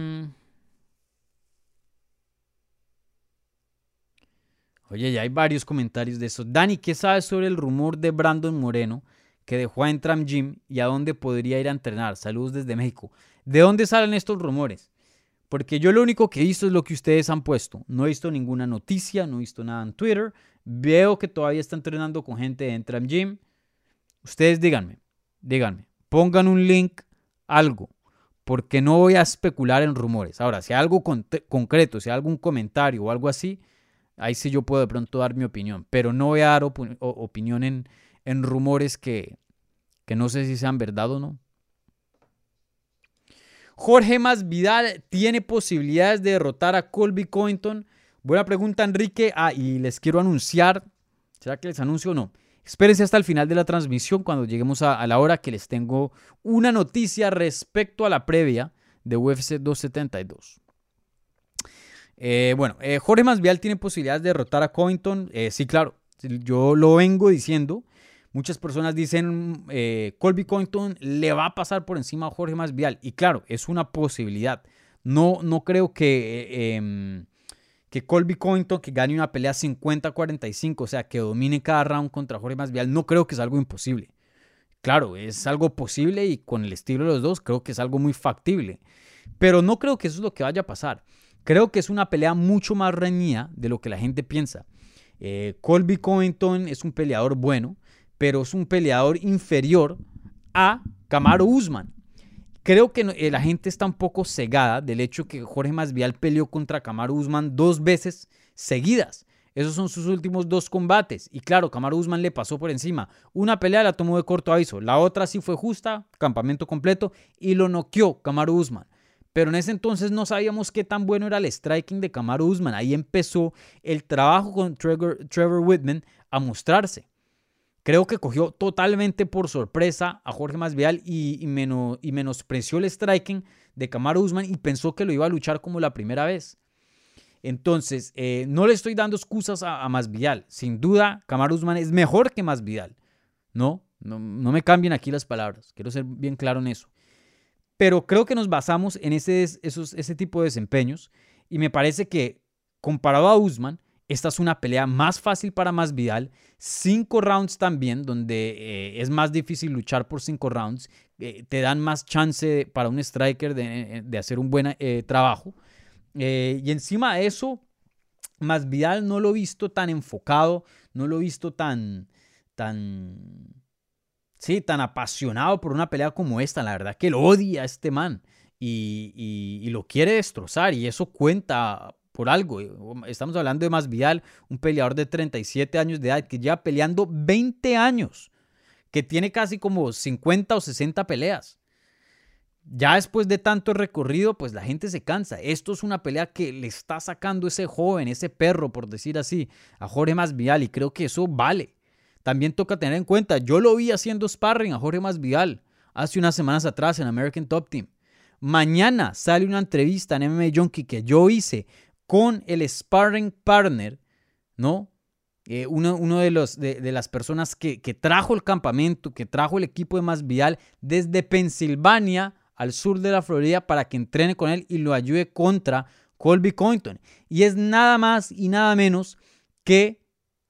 Oye, ya hay varios comentarios de eso. Dani, ¿qué sabes sobre el rumor de Brandon Moreno que dejó a Entram Gym y a dónde podría ir a entrenar? Saludos desde México. ¿De dónde salen estos rumores? Porque yo lo único que he visto es lo que ustedes han puesto. No he visto ninguna noticia, no he visto nada en Twitter. Veo que todavía está entrenando con gente de Entram Gym. Ustedes díganme, díganme, pongan un link, algo, porque no voy a especular en rumores. Ahora, si hay algo con- concreto, si hay algún comentario o algo así, ahí sí yo puedo de pronto dar mi opinión, pero no voy a dar op- opinión en, en rumores que, que no sé si sean verdad o no. Jorge Masvidal tiene posibilidades de derrotar a Colby Covington. Buena pregunta, Enrique. Ah, y les quiero anunciar, ¿será que les anuncio o no? Espérense hasta el final de la transmisión cuando lleguemos a, a la hora que les tengo una noticia respecto a la previa de U F C doscientos setenta y dos. Eh, bueno, eh, Jorge Masvidal tiene posibilidades de derrotar a Covington. Eh, sí, claro, yo lo vengo diciendo. Muchas personas dicen eh, Colby Covington le va a pasar por encima a Jorge Masvidal. Y claro, es una posibilidad. No, no creo que, eh, eh, que Colby Covington que gane una pelea cincuenta a cuarenta y cinco, o sea, que domine cada round contra Jorge Masvidal, no creo que es algo imposible. Claro, es algo posible y con el estilo de los dos creo que es algo muy factible. Pero no creo que eso es lo que vaya a pasar. Creo que es una pelea mucho más reñida de lo que la gente piensa. Eh, Colby Covington es un peleador bueno, pero es un peleador inferior a Kamaru Usman. Creo que eh, la gente está un poco cegada del hecho que Jorge Masvidal peleó contra Kamaru Usman dos veces seguidas. Esos son sus últimos dos combates. Y claro, Kamaru Usman le pasó por encima. Una pelea la tomó de corto aviso. La otra sí fue justa, campamento completo, y lo noqueó Kamaru Usman. Pero en ese entonces no sabíamos qué tan bueno era el striking de Kamaru Usman. Ahí empezó el trabajo con Trevor, Trevor Whitman a mostrarse. Creo que cogió totalmente por sorpresa a Jorge Masvidal y, y, menos, y menospreció el striking de Kamaru Usman y pensó que lo iba a luchar como la primera vez. Entonces, eh, no le estoy dando excusas a, a Masvidal. Sin duda, Kamaru Usman es mejor que Masvidal. No, no, no me cambien aquí las palabras. Quiero ser bien claro en eso. Pero creo que nos basamos en ese, esos, ese tipo de desempeños y me parece que comparado a Usman, esta es una pelea más fácil para Masvidal, cinco rounds también, donde eh, es más difícil luchar por cinco rounds, eh, te dan más chance para un striker de, de hacer un buen eh, trabajo. Eh, y encima de eso, Masvidal no lo he visto tan enfocado, no lo he visto tan, tan, sí, tan apasionado por una pelea como esta. La verdad que lo odia a este man y, y, y lo quiere destrozar y eso cuenta por algo. Estamos hablando de Masvidal, un peleador de treinta y siete años de edad que lleva peleando veinte años, que tiene casi como cincuenta o sesenta peleas. Ya después de tanto recorrido, pues la gente se cansa. Esto es una pelea que le está sacando ese joven, ese perro, por decir así, a Jorge Masvidal y creo que eso vale. También toca tener en cuenta, yo lo vi haciendo sparring a Jorge Masvidal hace unas semanas atrás en American Top Team. Mañana sale una entrevista en M M A Junkie que yo hice con el sparring partner, ¿no? Eh, uno, uno de, los, de, de las personas que, que trajo el campamento, que trajo el equipo de Masvidal desde Pensilvania al sur de la Florida para que entrene con él y lo ayude contra Colby Covington. Y es nada más y nada menos que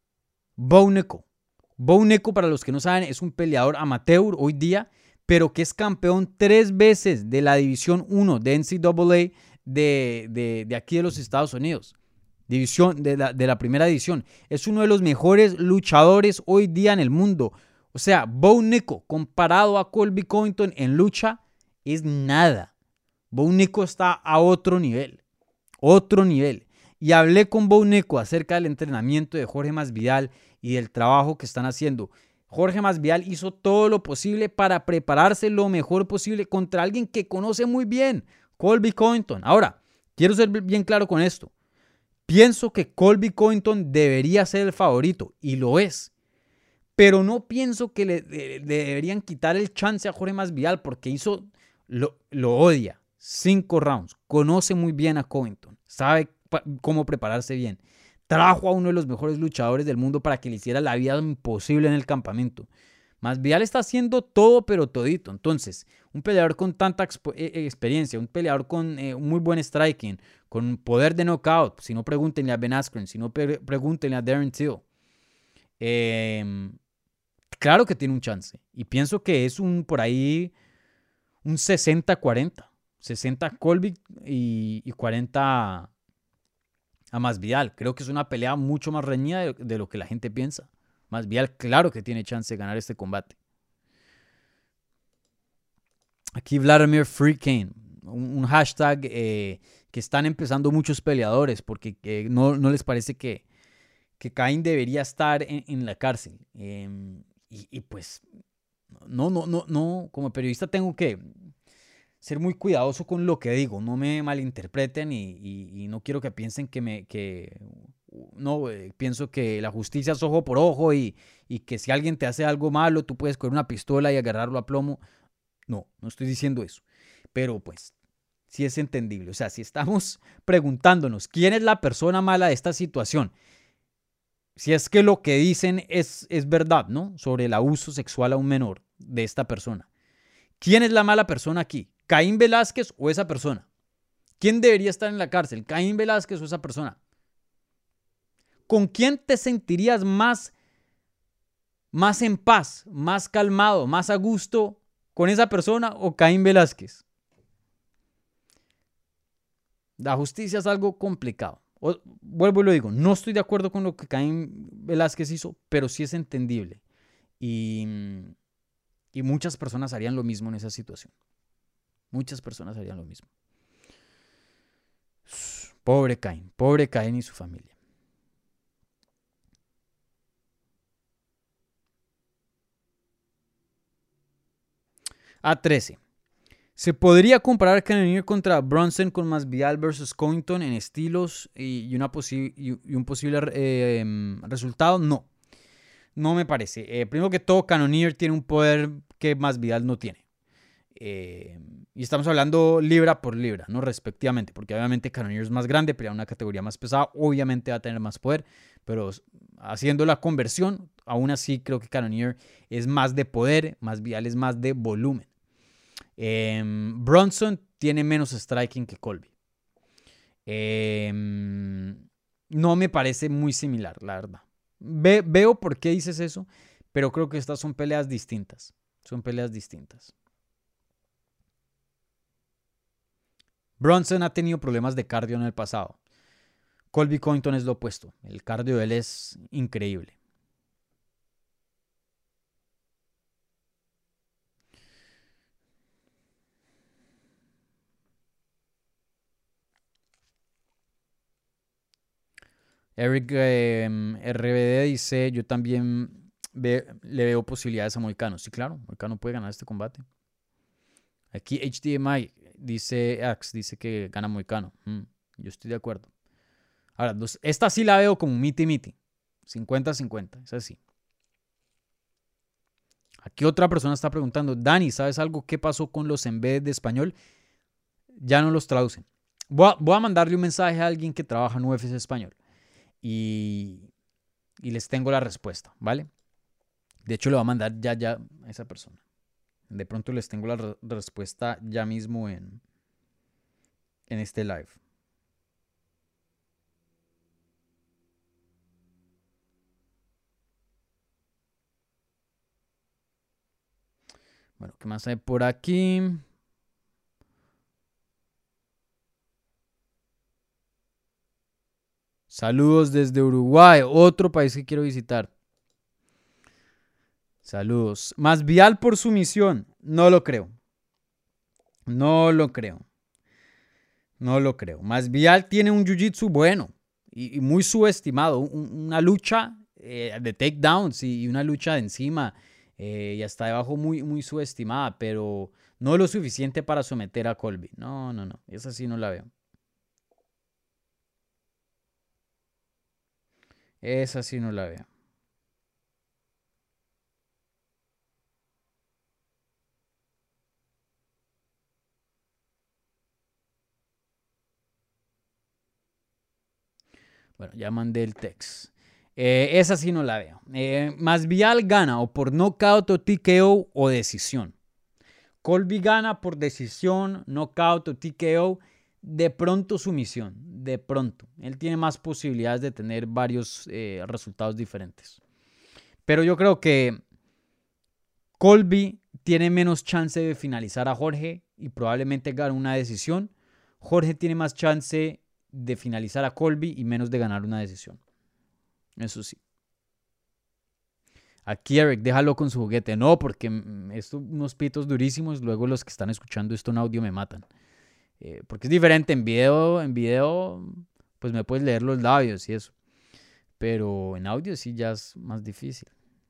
Bo Nickal. Bo Nickal, para los que no saben, es un peleador amateur hoy día, pero que es campeón tres veces de la División uno de N C A A de, de, de aquí de los Estados Unidos. División de la, de la primera división. Es uno de los mejores luchadores hoy día en el mundo. O sea, Bo Nickal, comparado a Colby Covington en lucha, es nada. Bo Nickal está a otro nivel. Otro nivel. Y hablé con Bo Nickal acerca del entrenamiento de Jorge Masvidal y del trabajo que están haciendo. Jorge Masvidal hizo todo lo posible para prepararse lo mejor posible contra alguien que conoce muy bien, Colby Covington. Ahora, quiero ser bien claro con esto. Pienso que Colby Covington debería ser el favorito, y lo es. Pero no pienso que le, le, le deberían quitar el chance a Jorge Masvidal, porque hizo, lo, lo odia. Cinco rounds. Conoce muy bien a Covington. Sabe pa- cómo prepararse bien. Trajo a uno de los mejores luchadores del mundo para que le hiciera la vida imposible en el campamento. Masvidal está haciendo todo, pero todito. Entonces, un peleador con tanta expo- eh, experiencia, un peleador con eh, un muy buen striking, con poder de knockout, si no pregúntenle a Ben Askren, si no pre- pregúntenle a Darren Till. Eh, claro que tiene un chance. Y pienso que es un por ahí un sesenta cuarenta. sesenta Colby y, y cuarenta a Masvidal. Creo que es una pelea mucho más reñida de, de lo que la gente piensa. Masvidal, claro que tiene chance de ganar este combate. Aquí Vladimir Free Kane, un, un hashtag eh, que están empezando muchos peleadores porque eh, no, no les parece que, que Cain debería estar en, en la cárcel. Eh, y, y pues, no, no, no, no, como periodista tengo que ser muy cuidadoso con lo que digo, no me malinterpreten y, y, y no quiero que piensen que me, que, no, eh, pienso que la justicia es ojo por ojo y, y que si alguien te hace algo malo, tú puedes coger una pistola y agarrarlo a plomo. No, no estoy diciendo eso, pero pues sí es entendible. O sea, si estamos preguntándonos quién es la persona mala de esta situación, si es que lo que dicen es, es verdad, ¿no? Sobre el abuso sexual a un menor de esta persona. ¿Quién es la mala persona aquí? ¿Caín Velázquez o esa persona? ¿Quién debería estar en la cárcel? ¿Caín Velázquez o esa persona? ¿Con quién te sentirías más, más en paz, más calmado, más a gusto? ¿Con esa persona o Caín Velázquez? La justicia es algo complicado. O, vuelvo y lo digo, no estoy de acuerdo con lo que Caín Velázquez hizo, pero sí es entendible. Y, y muchas personas harían lo mismo en esa situación. Muchas personas harían lo mismo. Pobre Caín, pobre Caín y su familia. A trece. ¿Se podría comparar Cannonier contra Brunson con Masvidal versus Covington en estilos y, y, una posi- y, y un posible eh, resultado? No, no me parece. Eh, primero que todo, Cannonier tiene un poder que Masvidal no tiene. Eh, y estamos hablando libra por libra, ¿no? Respectivamente, porque obviamente Cannonier es más grande, pelea una categoría más pesada, obviamente va a tener más poder, pero haciendo la conversión, aún así creo que Cannonier es más de poder, Masvidal es más de volumen. Eh, Brunson tiene menos striking que Colby. Eh, no me parece muy similar, la verdad. Ve, veo por qué dices eso, pero creo que estas son peleas distintas. Son peleas distintas. Brunson ha tenido problemas de cardio en el pasado. Colby Covington es lo opuesto. El cardio de él es increíble. Eric eh, R B D dice, yo también ve, le veo posibilidades a Moicano. Sí, claro, Moicano puede ganar este combate. Aquí H D M I dice, Ax, dice que gana Moicano. Mm, yo estoy de acuerdo. Ahora, dos, esta sí la veo como miti miti. cincuenta cincuenta, es así. Aquí otra persona está preguntando, Dani, ¿sabes algo? ¿Qué pasó con los embedded de español? Ya no los traducen. Voy a, voy a mandarle un mensaje a alguien que trabaja en U F C Español. Y, y les tengo la respuesta, ¿vale? De hecho, le voy a mandar ya, ya a esa persona. De pronto les tengo la re- respuesta ya mismo en, en este live. Bueno, ¿qué más hay por aquí? Saludos desde Uruguay, otro país que quiero visitar. Saludos. Masvidal por su misión. No lo creo. No lo creo. No lo creo. Masvidal tiene un jiu-jitsu bueno y, y muy subestimado. Un, una lucha eh, de takedowns y, y una lucha de encima eh, y hasta debajo muy, muy subestimada. Pero No lo suficiente para someter a Colby. No, no, no. Esa sí no la veo. Esa sí no la veo. Bueno, ya mandé el text. Eh, esa sí no la veo. Eh, Masvidal gana o por knockout o T K O o decisión. Colby gana por decisión, knockout o T K O. De pronto sumisión. De pronto. Él tiene más posibilidades de tener varios eh, resultados diferentes. Pero yo creo que Colby tiene menos chance de finalizar a Jorge y probablemente gane una decisión. Jorge tiene más chance de finalizar a Colby y menos de ganar una decisión. Eso sí. Aquí Eric, déjalo con su juguete. No, porque estos unos pitos durísimos. Luego los que están escuchando esto en audio me matan. Eh, porque es diferente en video. En video, pues me puedes leer los labios y eso. Pero en audio sí ya es más difícil.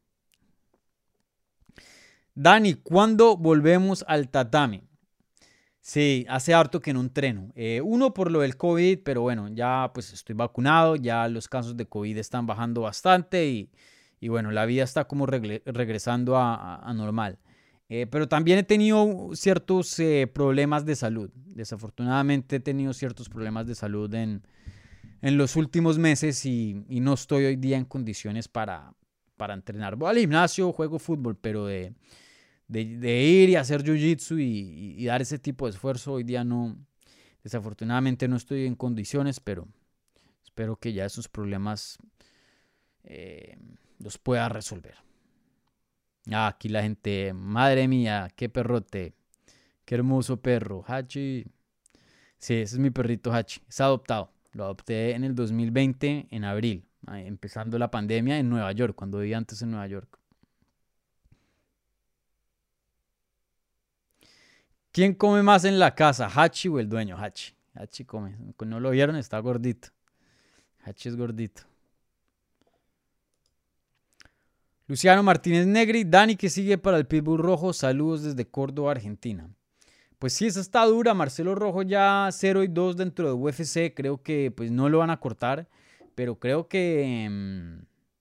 Dani, ¿cuándo volvemos al tatami? Sí, hace harto que no entreno. Eh, uno por lo del COVID, pero bueno, ya pues estoy vacunado, ya los casos de COVID están bajando bastante y, y bueno, la vida está como regre regresando a, a, a normal. Eh, pero también he tenido ciertos eh, problemas de salud. Desafortunadamente he tenido ciertos problemas de salud en, en los últimos meses y, y no estoy hoy día en condiciones para, para entrenar. Voy al gimnasio, juego fútbol, pero de... De, de ir y hacer jiu-jitsu y, y, y dar ese tipo de esfuerzo, hoy día no, desafortunadamente no estoy en condiciones, pero espero que ya esos problemas eh, los pueda resolver. Ah, aquí la gente, madre mía, qué perrote, qué hermoso perro, Hachi. Sí, ese es mi perrito Hachi, es adoptado, lo adopté en el dos mil veinte, en abril, empezando la pandemia en Nueva York, cuando vivía antes en Nueva York. ¿Quién come más en la casa, Hachi o el dueño? Hachi. Hachi come. No lo vieron, está gordito. Hachi es gordito. Luciano Martínez Negri. Dani, que sigue para el Pitbull Rojo. Saludos desde Córdoba, Argentina. Pues sí, esa está dura. Marcelo Rojo ya cero y dos dentro de U F C. Creo que pues no lo van a cortar. Pero creo que...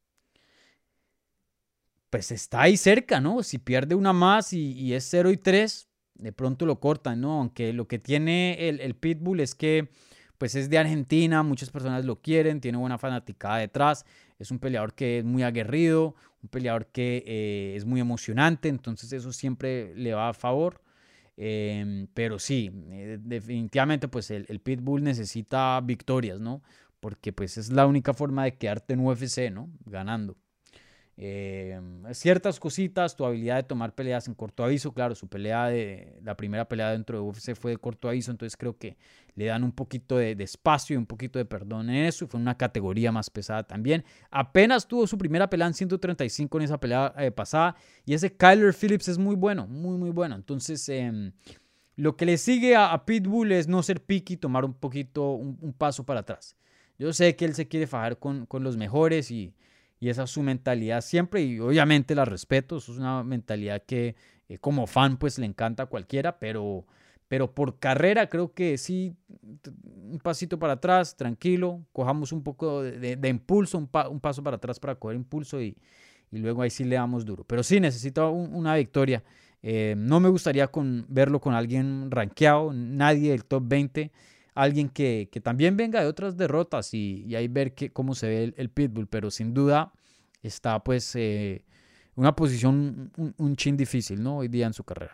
Pues está ahí cerca, ¿no? Si pierde una más y, y es cero y tres... de pronto lo cortan, ¿no? Aunque lo que tiene el, el Pitbull es que pues es de Argentina, muchas personas lo quieren, tiene buena fanaticada detrás, es un peleador que es muy aguerrido, un peleador que eh, es muy emocionante, entonces eso siempre le va a favor. Eh, pero sí, eh, definitivamente pues el, el Pitbull necesita victorias, ¿no? Porque pues es la única forma de quedarte en U F C, ¿no? Ganando. Eh, ciertas cositas, tu habilidad de tomar peleas en corto aviso, claro, su pelea de la primera pelea dentro de U F C fue de corto aviso, entonces creo que le dan un poquito de, de espacio y un poquito de perdón en eso, y fue una categoría más pesada también. Apenas tuvo su primera pelea en ciento treinta y cinco en esa pelea eh, pasada, y ese Kyler Phillips es muy bueno, muy muy bueno, entonces eh, lo que le sigue a, a Pitbull es no ser picky, tomar un poquito, un, un paso para atrás. Yo sé que él se quiere fajar con, con los mejores y Y esa es su mentalidad siempre y obviamente la respeto. Eso es una mentalidad que eh, como fan pues le encanta a cualquiera, pero, pero por carrera creo que sí, un pasito para atrás, tranquilo, cojamos un poco de, de, de impulso, un, pa, un paso para atrás para coger impulso y, y luego ahí sí le damos duro. Pero sí, necesita un, una victoria. Eh, no me gustaría con, verlo con alguien rankeado, nadie del top veinte. Alguien que, que también venga de otras derrotas y, y ahí ver que, cómo se ve el, el Pitbull, pero sin duda está pues eh, una posición un, un chin difícil, ¿no? Hoy día en su carrera.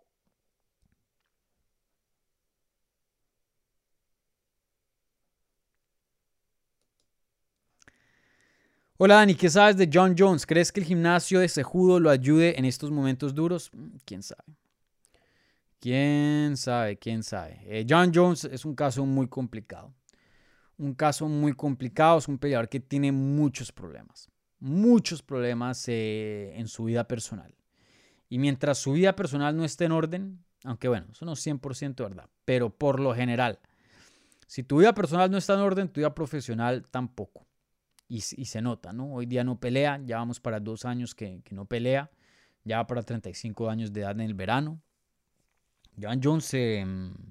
Hola Dani, ¿qué sabes de Jon Jones? ¿Crees que el gimnasio de Cejudo lo ayude en estos momentos duros? ¿Quién sabe? ¿Quién sabe? ¿Quién sabe? Eh, Jon Jones es un caso muy complicado. Un caso muy complicado. Es un peleador que tiene muchos problemas. Muchos problemas eh, en su vida personal. Y mientras su vida personal no esté en orden, aunque bueno, eso no es cien por ciento verdad, pero por lo general, si tu vida personal no está en orden, tu vida profesional tampoco. Y, y se nota, ¿no? Hoy día no pelea, ya vamos para dos años que, que no pelea, ya va para treinta y cinco años de edad en el verano. John Jones, eh,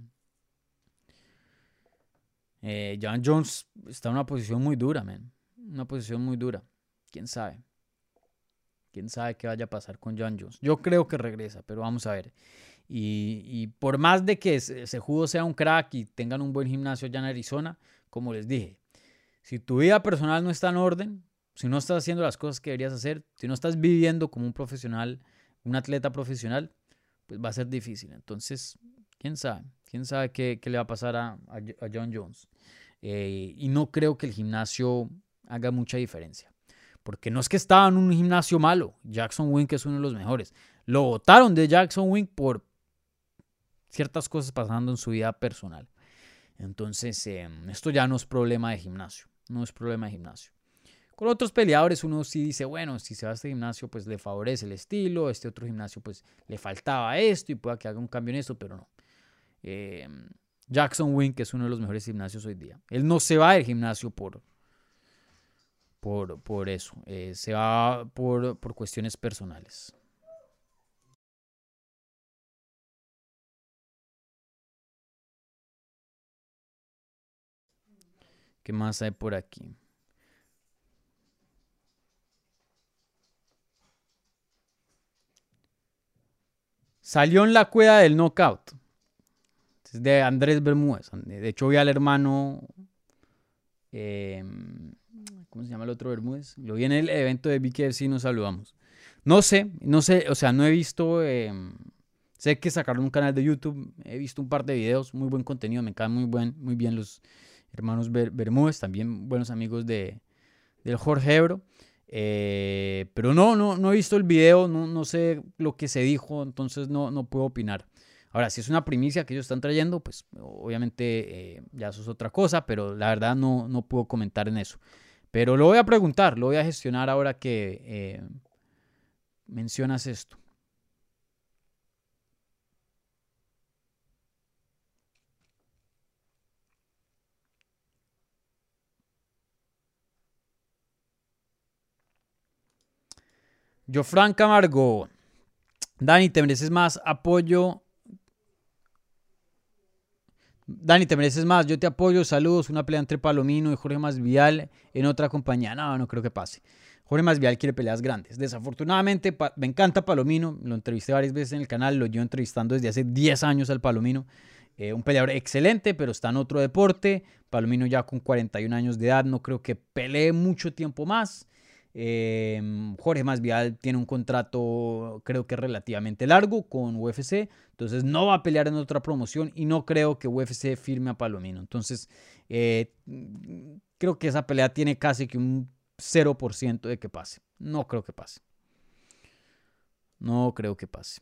eh, John Jones está en una posición muy dura, man. Una posición muy dura. ¿Quién sabe? ¿Quién sabe qué vaya a pasar con John Jones? Yo creo que regresa, pero vamos a ver. Y, y por más de que Cejudo sea un crack y tengan un buen gimnasio allá en Arizona, como les dije, si tu vida personal no está en orden, si no estás haciendo las cosas que deberías hacer, si no estás viviendo como un profesional, un atleta profesional, pues va a ser difícil. Entonces, quién sabe, quién sabe qué, qué le va a pasar a, a, a John Jones. Eh, y no creo que el gimnasio haga mucha diferencia. Porque no es que estaba en un gimnasio malo. Jackson Wink es uno de los mejores. Lo botaron de Jackson Wink por ciertas cosas pasando en su vida personal. Entonces, eh, esto ya no es problema de gimnasio. No es problema de gimnasio. Con otros peleadores uno sí dice, bueno, si se va a este gimnasio, pues le favorece el estilo. Este otro gimnasio, pues le faltaba esto y pueda que haga un cambio en esto, pero no. Eh, Jackson Wink es uno de los mejores gimnasios hoy día. Él no se va del gimnasio por... Por, por eso, eh, se va por, por cuestiones personales. ¿Qué más hay por aquí? Salió en la cueva del knockout. Es de Andrés Bermúdez. De hecho, vi al hermano... Eh, ¿Cómo se llama el otro Bermúdez? Lo vi en el evento de B K F C y nos saludamos. No sé, no sé, o sea, no he visto... Eh, sé que sacaron un canal de YouTube. He visto un par de videos, muy buen contenido. Me caen muy, buen, muy bien los hermanos Ber Bermúdez. También buenos amigos de, del Jorge Ebro. Eh, pero no, no, no he visto el video. No, no sé lo que se dijo. Entonces no, no puedo opinar. Ahora, si es una primicia que ellos están trayendo, pues obviamente eh, ya eso es otra cosa, pero la verdad no, no puedo comentar en eso. Pero lo voy a preguntar, lo voy a gestionar ahora que eh, mencionas esto. Jofran Camargo. Dani, te mereces más apoyo. Dani, te mereces más, yo te apoyo, saludos, una pelea entre Palomino y Jorge Masvidal en otra compañía. No, no creo que pase. Jorge Masvidal quiere peleas grandes. Desafortunadamente, me encanta Palomino, lo entrevisté varias veces en el canal, lo llevo entrevistando desde hace diez años al Palomino. Eh, un peleador excelente, pero está en otro deporte. Palomino ya con cuarenta y un años de edad, no creo que pelee mucho tiempo más. Eh, Jorge Masvidal tiene un contrato creo que relativamente largo con U F C, entonces no va a pelear en otra promoción y no creo que U F C firme a Palomino. Entonces eh, creo que esa pelea tiene casi que un cero por ciento de que pase. No creo que pase. No creo que pase.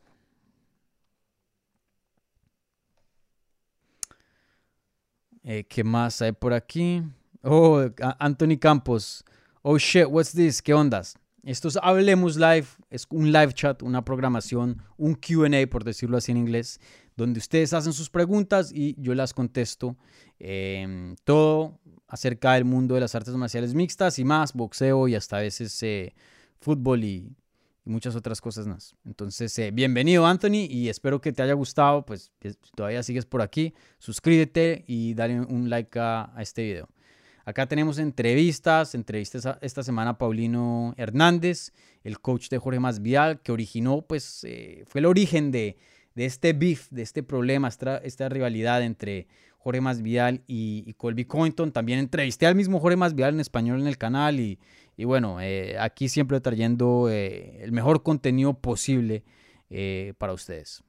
Eh, ¿Qué más hay por aquí? Oh, Anthony Campos. Oh shit, what's this? ¿Qué ondas? Esto es Hablemos Live, es un live chat, una programación, un Q and A, por decirlo así en inglés, donde ustedes hacen sus preguntas y yo las contesto. Eh, todo acerca del mundo de las artes marciales mixtas y más, boxeo y hasta a veces eh, fútbol y, y muchas otras cosas más. Entonces, eh, bienvenido Anthony y espero que te haya gustado. Pues si todavía sigues por aquí, suscríbete y dale un like a, a este video. Acá tenemos entrevistas, entrevistas esta semana a Paulino Hernández, el coach de Jorge Masvidal, que originó, pues, eh, fue el origen de, de este beef, de este problema, esta, esta rivalidad entre Jorge Masvidal y, y Colby Covington. También entrevisté al mismo Jorge Masvidal en español en el canal y, y bueno, eh, aquí siempre trayendo eh, el mejor contenido posible eh, para ustedes.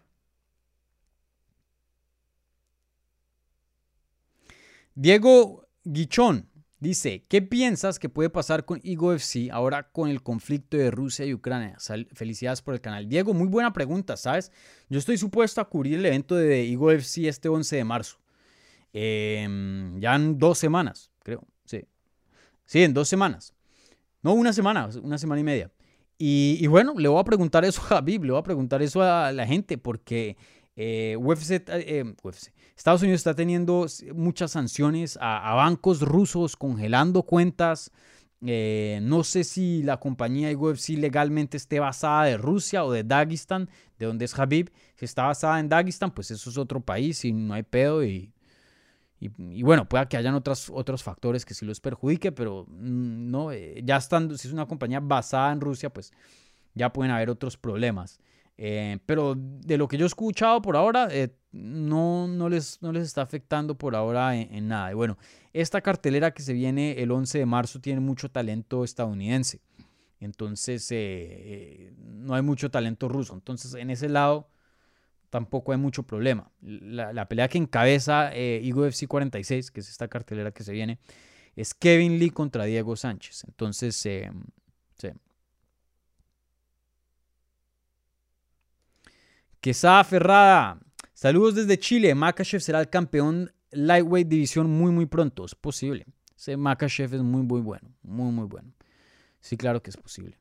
Diego Guichón dice, ¿qué piensas que puede pasar con Eagle F C ahora con el conflicto de Rusia y Ucrania? Felicidades por el canal. Diego, muy buena pregunta, ¿sabes? Yo estoy supuesto a cubrir el evento de Eagle F C este once de marzo. Eh, ya en dos semanas, creo. Sí. Sí, en dos semanas. No, una semana, una semana y media. Y, y bueno, le voy a preguntar eso a Habib, le voy a preguntar eso a la gente porque... Eh, U F C, eh, U F C, Estados Unidos está teniendo muchas sanciones a, a bancos rusos, congelando cuentas. Eh, no sé si la compañía de U F C legalmente esté basada de Rusia o de Daguestán, de donde es Khabib. Si está basada en Daguestán, pues eso es otro país y no hay pedo. Y, y, y bueno, pueda que hayan otras, otros factores que sí los perjudique, pero mm, no, eh, ya estando, si es una compañía basada en Rusia, pues ya pueden haber otros problemas. Eh, pero de lo que yo he escuchado por ahora, eh, no, no, les, no les está afectando por ahora en, en nada. Y bueno, esta cartelera que se viene el once de marzo tiene mucho talento estadounidense. Entonces, eh, eh, no hay mucho talento ruso. Entonces, en ese lado, tampoco hay mucho problema. La, la pelea que encabeza eh, U F C cuarenta y seis, que es esta cartelera que se viene, es Kevin Lee contra Diego Sánchez. Entonces, eh, sí. Quesada Ferrada, saludos desde Chile. Makhachev será el campeón lightweight división muy muy pronto. Es posible. Ese Makhachev es muy muy bueno. Muy muy bueno. Sí, claro que es posible.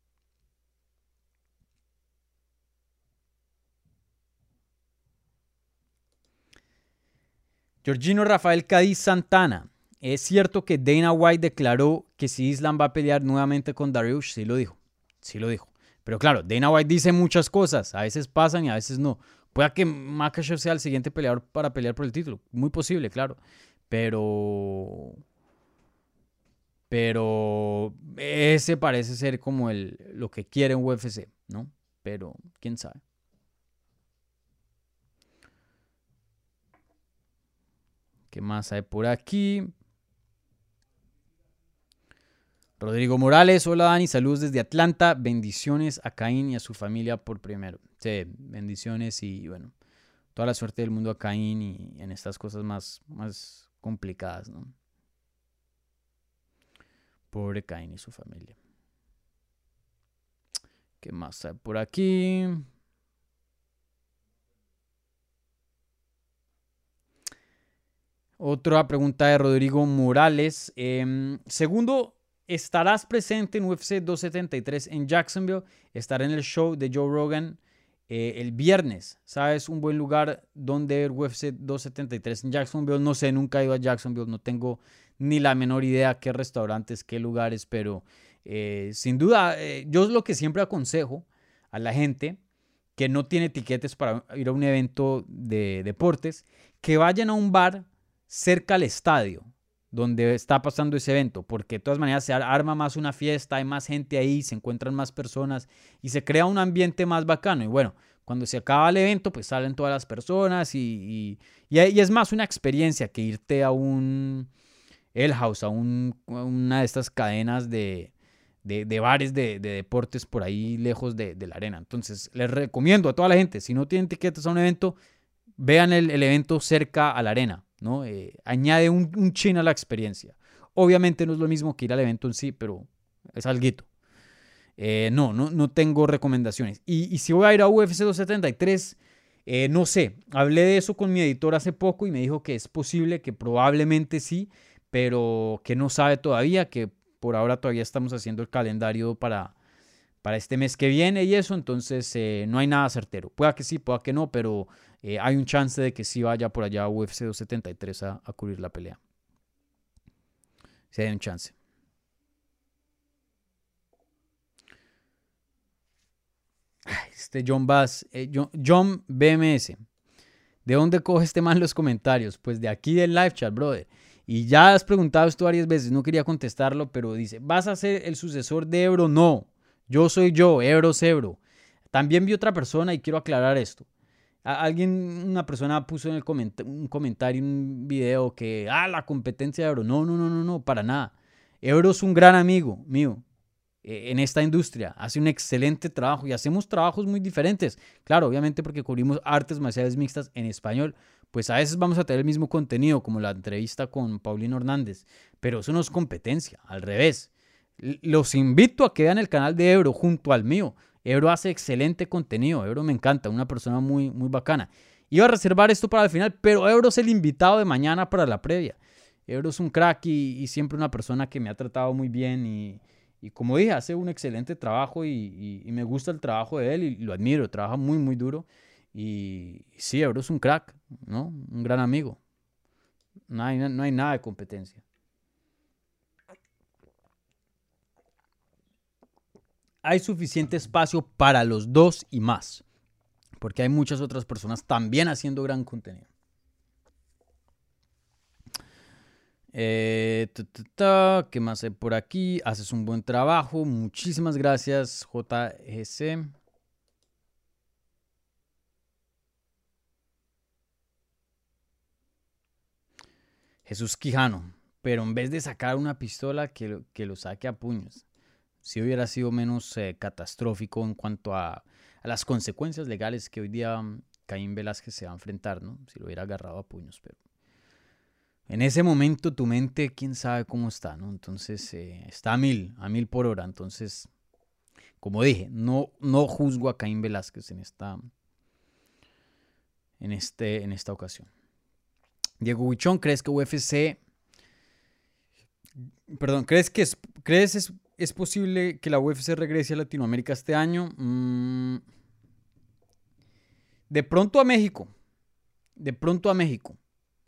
Georgino Rafael Cádiz Santana. Es cierto que Dana White declaró que si Islam va a pelear nuevamente con Dariush. Sí lo dijo. Sí lo dijo. Pero claro, Dana White dice muchas cosas. A veces pasan y a veces no. Puede que Makhachev sea el siguiente peleador para pelear por el título. Muy posible, claro. Pero... Pero ese parece ser como el, lo que quiere un U F C, ¿no? Pero quién sabe. ¿Qué más hay por aquí? Rodrigo Morales, hola Dani, saludos desde Atlanta. Bendiciones a Caín y a su familia por primero. Sí, bendiciones y bueno, toda la suerte del mundo a Caín y en estas cosas más, más complicadas, ¿no? Pobre Caín y su familia. ¿Qué más hay por aquí? Otra pregunta de Rodrigo Morales. Eh, segundo, ¿estarás presente en U F C doscientos setenta y tres en Jacksonville? Estaré en el show de Joe Rogan eh, el viernes. ¿Sabes? Un buen lugar donde ver U F C doscientos setenta y tres en Jacksonville. No sé, nunca he ido a Jacksonville. No tengo ni la menor idea qué restaurantes, qué lugares, pero eh, sin duda, eh, yo es lo que siempre aconsejo a la gente que no tiene tiquetes para ir a un evento de deportes, que vayan a un bar cerca al estadio donde está pasando ese evento, porque de todas maneras se arma más una fiesta, hay más gente ahí, se encuentran más personas y se crea un ambiente más bacano. Y bueno, cuando se acaba el evento, pues salen todas las personas y, y, y es más una experiencia que irte a un El House, a, un, a una de estas cadenas de, de, de bares de, de deportes por ahí lejos de, de la arena. Entonces, les recomiendo a toda la gente, si no tienen tiquetes a un evento, vean el, el evento cerca a la arena, ¿no? Eh, añade un, un chin a la experiencia. Obviamente no es lo mismo que ir al evento en sí, pero es alguito. Eh, no, no, no tengo recomendaciones. Y, y si voy a ir a U F C doscientos setenta y tres, eh, no sé. Hablé de eso con mi editor hace poco y me dijo que es posible, que probablemente sí, pero que no sabe todavía, que por ahora todavía estamos haciendo el calendario para, para este mes que viene y eso, entonces eh, no hay nada certero. Pueda que sí, pueda que no, pero eh, hay un chance de que sí vaya por allá a U F C doscientos setenta y tres a, a cubrir la pelea. Sí hay un chance. Este John Bass, eh, John, John B M S. ¿De dónde coge este man los comentarios? Pues de aquí del live chat, brother. Y ya has preguntado esto varias veces, no quería contestarlo, pero dice, ¿vas a ser el sucesor de Ebro? No, yo soy yo, Ebro es Ebro. También vi otra persona y quiero aclarar esto. A alguien, una persona puso en el coment un comentario, un video que, ah, la competencia de Ebro. No, no, no, no, no, para nada. Ebro es un gran amigo mío eh, en esta industria. Hace un excelente trabajo y hacemos trabajos muy diferentes. Claro, obviamente porque cubrimos artes marciales mixtas en español. Pues a veces vamos a tener el mismo contenido, como la entrevista con Paulino Hernández. Pero eso no es competencia, al revés. Los invito a que vean el canal de Ebro junto al mío. Ebro hace excelente contenido. Ebro me encanta, una persona muy, muy bacana. Iba a reservar esto para el final, pero Ebro es el invitado de mañana para la previa. Ebro es un crack y, y siempre una persona que me ha tratado muy bien y, y como dije, hace un excelente trabajo y, y, y me gusta el trabajo de él y lo admiro. Trabaja muy, muy duro. Y sí, Ebro es un crack, ¿no? Un gran amigo. No hay, no hay nada de competencia. hay suficiente espacio para los dos y más. Porque hay muchas otras personas también haciendo gran contenido. Eh, ta, ta, ta, ¿Qué más hay por aquí? Haces un buen trabajo. Muchísimas gracias, J G C. Jesús Quijano. Pero en vez de sacar una pistola, que lo, que lo saque a puños. Si hubiera sido menos eh, catastrófico en cuanto a, a las consecuencias legales que hoy día um, Caín Velázquez se va a enfrentar, ¿no? Si lo hubiera agarrado a puños, pero en ese momento tu mente, quién sabe cómo está, ¿no? Entonces eh, está a mil, a mil por hora. Entonces, como dije, no, no juzgo a Caín Velázquez en esta, en este, en esta ocasión. Diego Huichón, ¿crees que U F C... Perdón, ¿crees que es, crees es, es posible que la U F C regrese a Latinoamérica este año? Mm, de pronto a México. De pronto a México.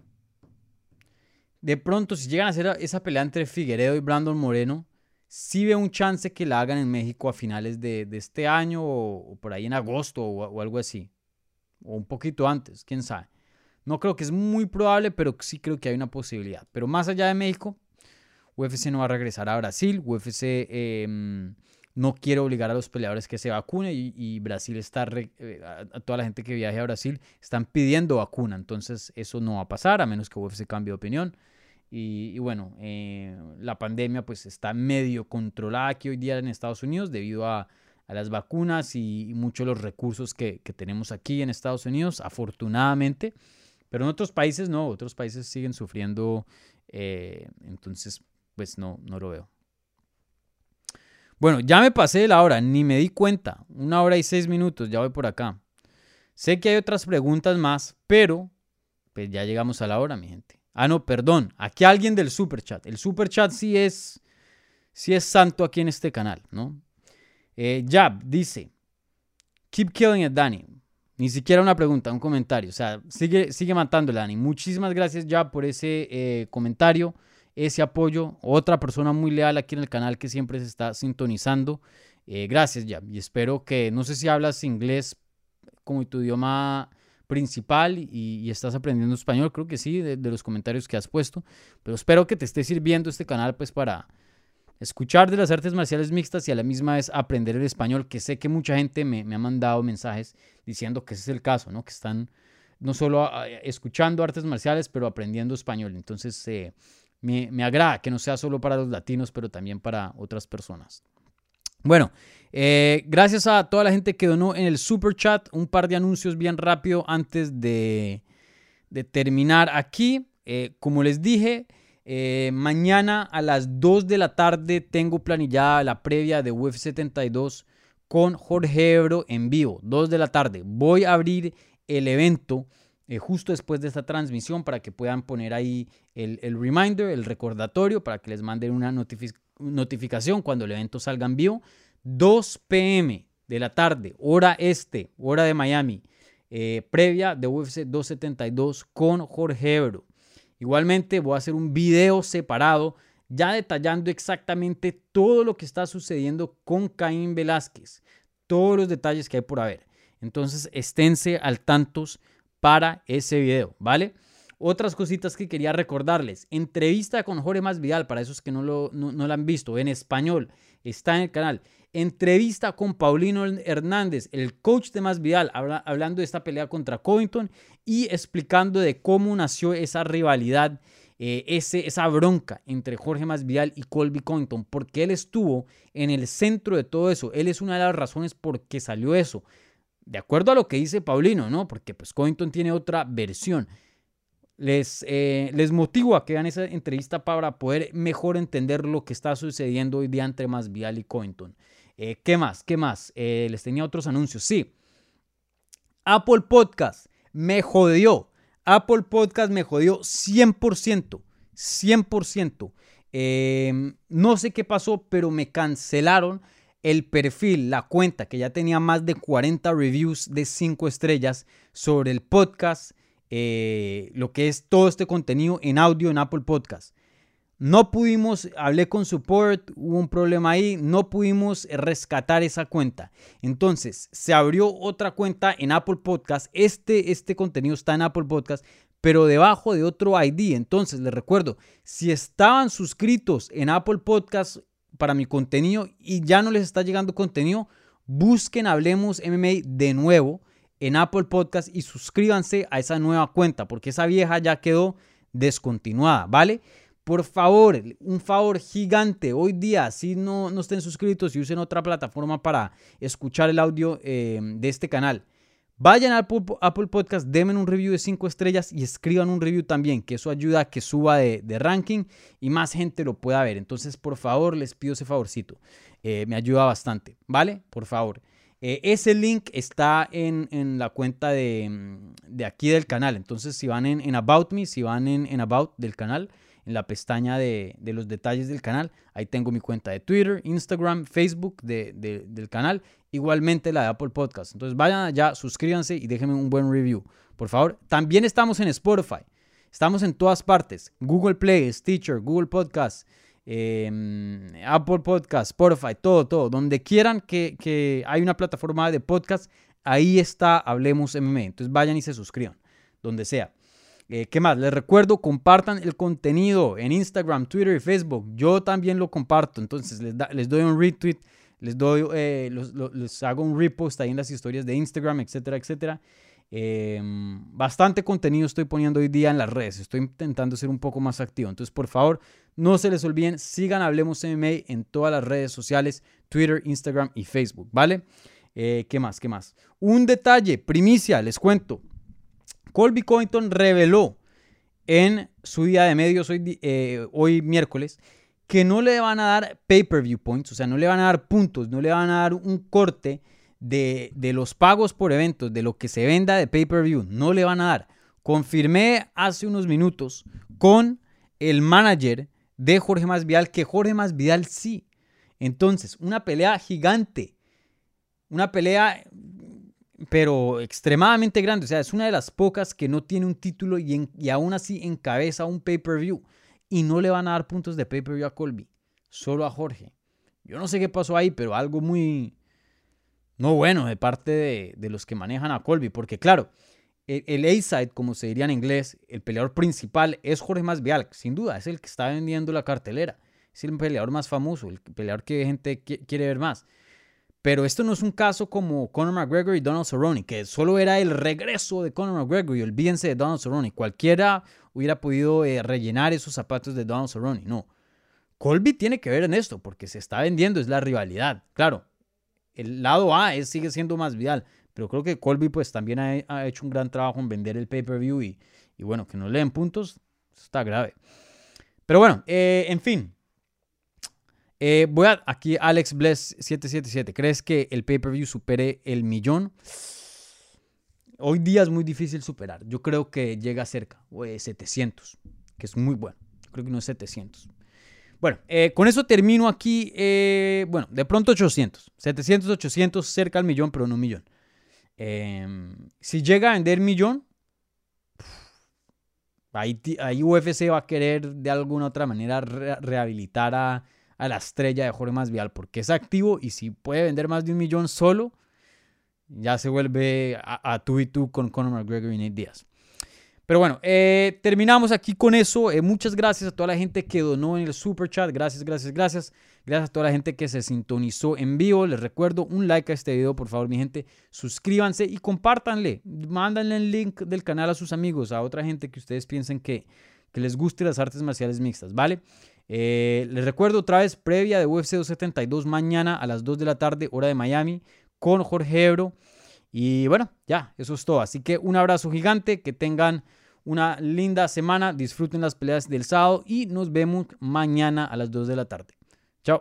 De pronto, si llegan a hacer esa pelea entre Figueiredo y Brandon Moreno, sí veo un chance que la hagan en México a finales de, de este año o, o por ahí en agosto o, o algo así. O un poquito antes, quién sabe. No creo que es muy probable, pero sí creo que hay una posibilidad. Pero más allá de México, U F C no va a regresar a Brasil. U F C eh, no quiere obligar a los peleadores que se vacunen y, y Brasil está, re, eh, a, a toda la gente que viaje a Brasil están pidiendo vacuna. Entonces eso no va a pasar a menos que U F C cambie de opinión. Y, y bueno, eh, la pandemia pues está medio controlada aquí hoy día en Estados Unidos debido a, a las vacunas y, y muchos de los recursos que, que tenemos aquí en Estados Unidos, afortunadamente. Pero en otros países no, otros países siguen sufriendo, eh, entonces pues no, no lo veo. Bueno, ya me pasé de la hora, ni me di cuenta. Una hora y seis minutos, ya voy por acá. Sé que hay otras preguntas más, pero pues ya llegamos a la hora, mi gente. Ah, no, perdón, aquí alguien del Superchat. El Superchat sí es, sí es santo aquí en este canal, ¿no? Eh, Jab dice, keep killing it, Dani. Ni siquiera una pregunta, un comentario. O sea, sigue, sigue matando, Dani. Muchísimas gracias, Jab, por ese eh, comentario, ese apoyo. Otra persona muy leal aquí en el canal que siempre se está sintonizando. Eh, gracias, Jab. Y espero que, no sé si hablas inglés como tu idioma principal y, y estás aprendiendo español. Creo que sí, de, de los comentarios que has puesto. Pero espero que te esté sirviendo este canal pues para escuchar de las artes marciales mixtas y a la misma vez aprender el español, que sé que mucha gente me, me ha mandado mensajes diciendo que ese es el caso, ¿no? Que están no solo a, a, escuchando artes marciales, pero aprendiendo español. Entonces, eh, me, me agrada que no sea solo para los latinos, pero también para otras personas. Bueno, eh, gracias a toda la gente que donó en el Super Chat. Un par de anuncios bien rápido antes de, de terminar aquí. Eh, como les dije, Eh, mañana a las dos de la tarde tengo planillada la previa de U F C setenta y dos con Jorge Ebro en vivo, dos de la tarde. Voy a abrir el evento eh, justo después de esta transmisión para que puedan poner ahí el, el reminder, el recordatorio, para que les manden una notific- notificación cuando el evento salga en vivo. dos pe eme de la tarde, hora este, hora de Miami, eh, previa de U F C doscientos setenta y dos con Jorge Ebro. Igualmente voy a hacer un video separado ya detallando exactamente todo lo que está sucediendo con Caín Velázquez, todos los detalles que hay por haber. Entonces esténse al tantos para ese video, ¿vale? Otras cositas que quería recordarles. Entrevista con Jorge Masvidal, para esos que no lo, no, no la han visto, en español, está en el canal. Entrevista con Paulino Hernández, el coach de Masvidal, habla, hablando de esta pelea contra Covington y explicando de cómo nació esa rivalidad, eh, ese, esa bronca entre Jorge Masvidal y Colby Covington, porque él estuvo en el centro de todo eso. Él es una de las razones por qué salió eso. De acuerdo a lo que dice Paulino, ¿no? Porque pues Covington tiene otra versión. Les, eh, les motivo a que vean esa entrevista para poder mejor entender lo que está sucediendo hoy día entre Masvidal y Covington. Eh, ¿Qué más? ¿Qué más? Eh, les tenía otros anuncios. Sí. Apple Podcast me jodió. Apple Podcast me jodió cien por ciento. cien por ciento. Eh, no sé qué pasó, pero me cancelaron el perfil, la cuenta, que ya tenía más de cuarenta reviews de cinco estrellas sobre el podcast. Eh, lo que es todo este contenido en audio en Apple Podcast. no pudimos, hablé con support, hubo un problema ahí, no pudimos rescatar esa cuenta. Entonces, se abrió otra cuenta en Apple Podcast. Este, este contenido está en Apple Podcast, pero debajo de otro I D. Entonces, les recuerdo, si estaban suscritos en Apple Podcast para mi contenido y ya no les está llegando contenido, busquen Hablemos M M A de nuevo en Apple Podcast y suscríbanse a esa nueva cuenta, porque esa vieja ya quedó descontinuada, ¿vale? Por favor, un favor gigante, hoy día, si no, no estén suscritos y usen otra plataforma para escuchar el audio eh, de este canal, vayan a Apple, Apple Podcast, denme un review de cinco estrellas y escriban un review también, que eso ayuda a que suba de, de ranking y más gente lo pueda ver. Entonces, por favor, les pido ese favorcito. Eh, me ayuda bastante, ¿vale? Por favor. Eh, ese link está en, en la cuenta de, de aquí del canal. Entonces, si van en, en About Me, si van en, en About del canal, en la pestaña de, de los detalles del canal, ahí tengo mi cuenta de Twitter, Instagram, Facebook de, de, del canal, igualmente la de Apple Podcast. Entonces vayan allá, suscríbanse y déjenme un buen review, por favor. También estamos en Spotify, estamos en todas partes, Google Play, Stitcher, Google Podcast, eh, Apple Podcast, Spotify, todo, todo. Donde quieran que, que hay una plataforma de podcast, ahí está Hablemos M M A. Entonces vayan y se suscriban, donde sea. Eh, ¿Qué más? Les recuerdo, compartan el contenido en Instagram, Twitter y Facebook. Yo también lo comparto. Entonces les, da, les doy un retweet, les, doy, eh, los, los, les hago un repost ahí en las historias de Instagram, etcétera, etcétera. Eh, bastante contenido estoy poniendo hoy día en las redes. Estoy intentando ser un poco más activo. Entonces, por favor, no se les olviden, sigan Hablemos M M A en todas las redes sociales, Twitter, Instagram y Facebook, ¿vale? Eh, ¿Qué más? ¿Qué más? Un detalle, primicia, les cuento. Colby Covington reveló en su día de medios hoy, eh, hoy miércoles que no le van a dar pay-per-view points, o sea, no le van a dar puntos, no le van a dar un corte de, de los pagos por eventos, de lo que se venda de pay-per-view, no le van a dar. Confirmé hace unos minutos con el manager de Jorge Masvidal que Jorge Masvidal sí. Entonces, una pelea gigante, una pelea pero extremadamente grande, o sea, es una de las pocas que no tiene un título y, en, y aún así encabeza un pay-per-view y no le van a dar puntos de pay-per-view a Colby, solo a Jorge. Yo no sé qué pasó ahí, pero algo muy no bueno de parte de, de los que manejan a Colby, porque claro, el, el A-side, como se diría en inglés, el peleador principal es Jorge Masvidal, sin duda, es el que está vendiendo la cartelera, es el peleador más famoso, el peleador que gente quiere ver más. Pero esto no es un caso como Conor McGregor y Donald Cerrone, que solo era el regreso de Conor McGregor y olvídense de Donald Cerrone. Cualquiera hubiera podido eh, rellenar esos zapatos de Donald Cerrone. No. Colby tiene que ver en esto porque se está vendiendo, es la rivalidad. Claro, el lado A es, sigue siendo Masvidal, pero creo que Colby pues también ha, ha hecho un gran trabajo en vender el pay-per-view y, y bueno, que no le den puntos, está grave. Pero bueno, eh, en fin. Eh, voy a aquí Alex Bless siete siete siete. ¿Crees que el pay-per-view supere el millón? Hoy día es muy difícil superar. Yo creo que llega cerca, o eh, setecientos, que es muy bueno. Yo creo que no es setecientos. Bueno, eh, con eso termino aquí. Eh, bueno, de pronto ochocientos. setecientos, ochocientos, cerca al millón, pero no un millón. Eh, si llega a vender millón, ahí, ahí U F C va a querer de alguna otra manera re rehabilitar a... a la estrella de Jorge Masvidal, porque es activo y si puede vender más de un millón solo, ya se vuelve a, a tú y tú con Conor McGregor y Nate Diaz. Pero bueno, eh, terminamos aquí con eso. Eh, muchas gracias a toda la gente que donó en el super chat. Gracias, gracias, gracias. Gracias a toda la gente que se sintonizó en vivo. Les recuerdo un like a este video, por favor, mi gente. Suscríbanse y compártanle. Mándanle el link del canal a sus amigos, a otra gente que ustedes piensen que, que les guste las artes marciales mixtas, ¿vale? Eh, les recuerdo otra vez, previa de U F C doscientos setenta y dos mañana a las dos de la tarde, hora de Miami, con Jorge Ebro. Y bueno, ya, eso es todo. Así que un abrazo gigante, que tengan una linda semana, disfruten las peleas del sábado y nos vemos mañana a las dos de la tarde. Chao.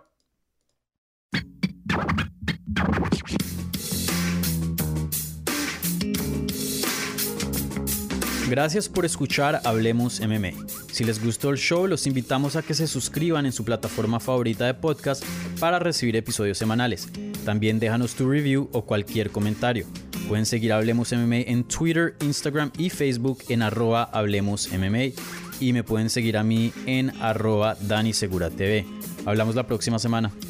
Gracias por escuchar Hablemos M M A. Si les gustó el show, los invitamos a que se suscriban en su plataforma favorita de podcast para recibir episodios semanales. También déjanos tu review o cualquier comentario. Pueden seguir Hablemos M M A en Twitter, Instagram y Facebook en arroba Hablemos M M A. y me pueden seguir a mí en arroba Dani Segura T V. Hablamos la próxima semana.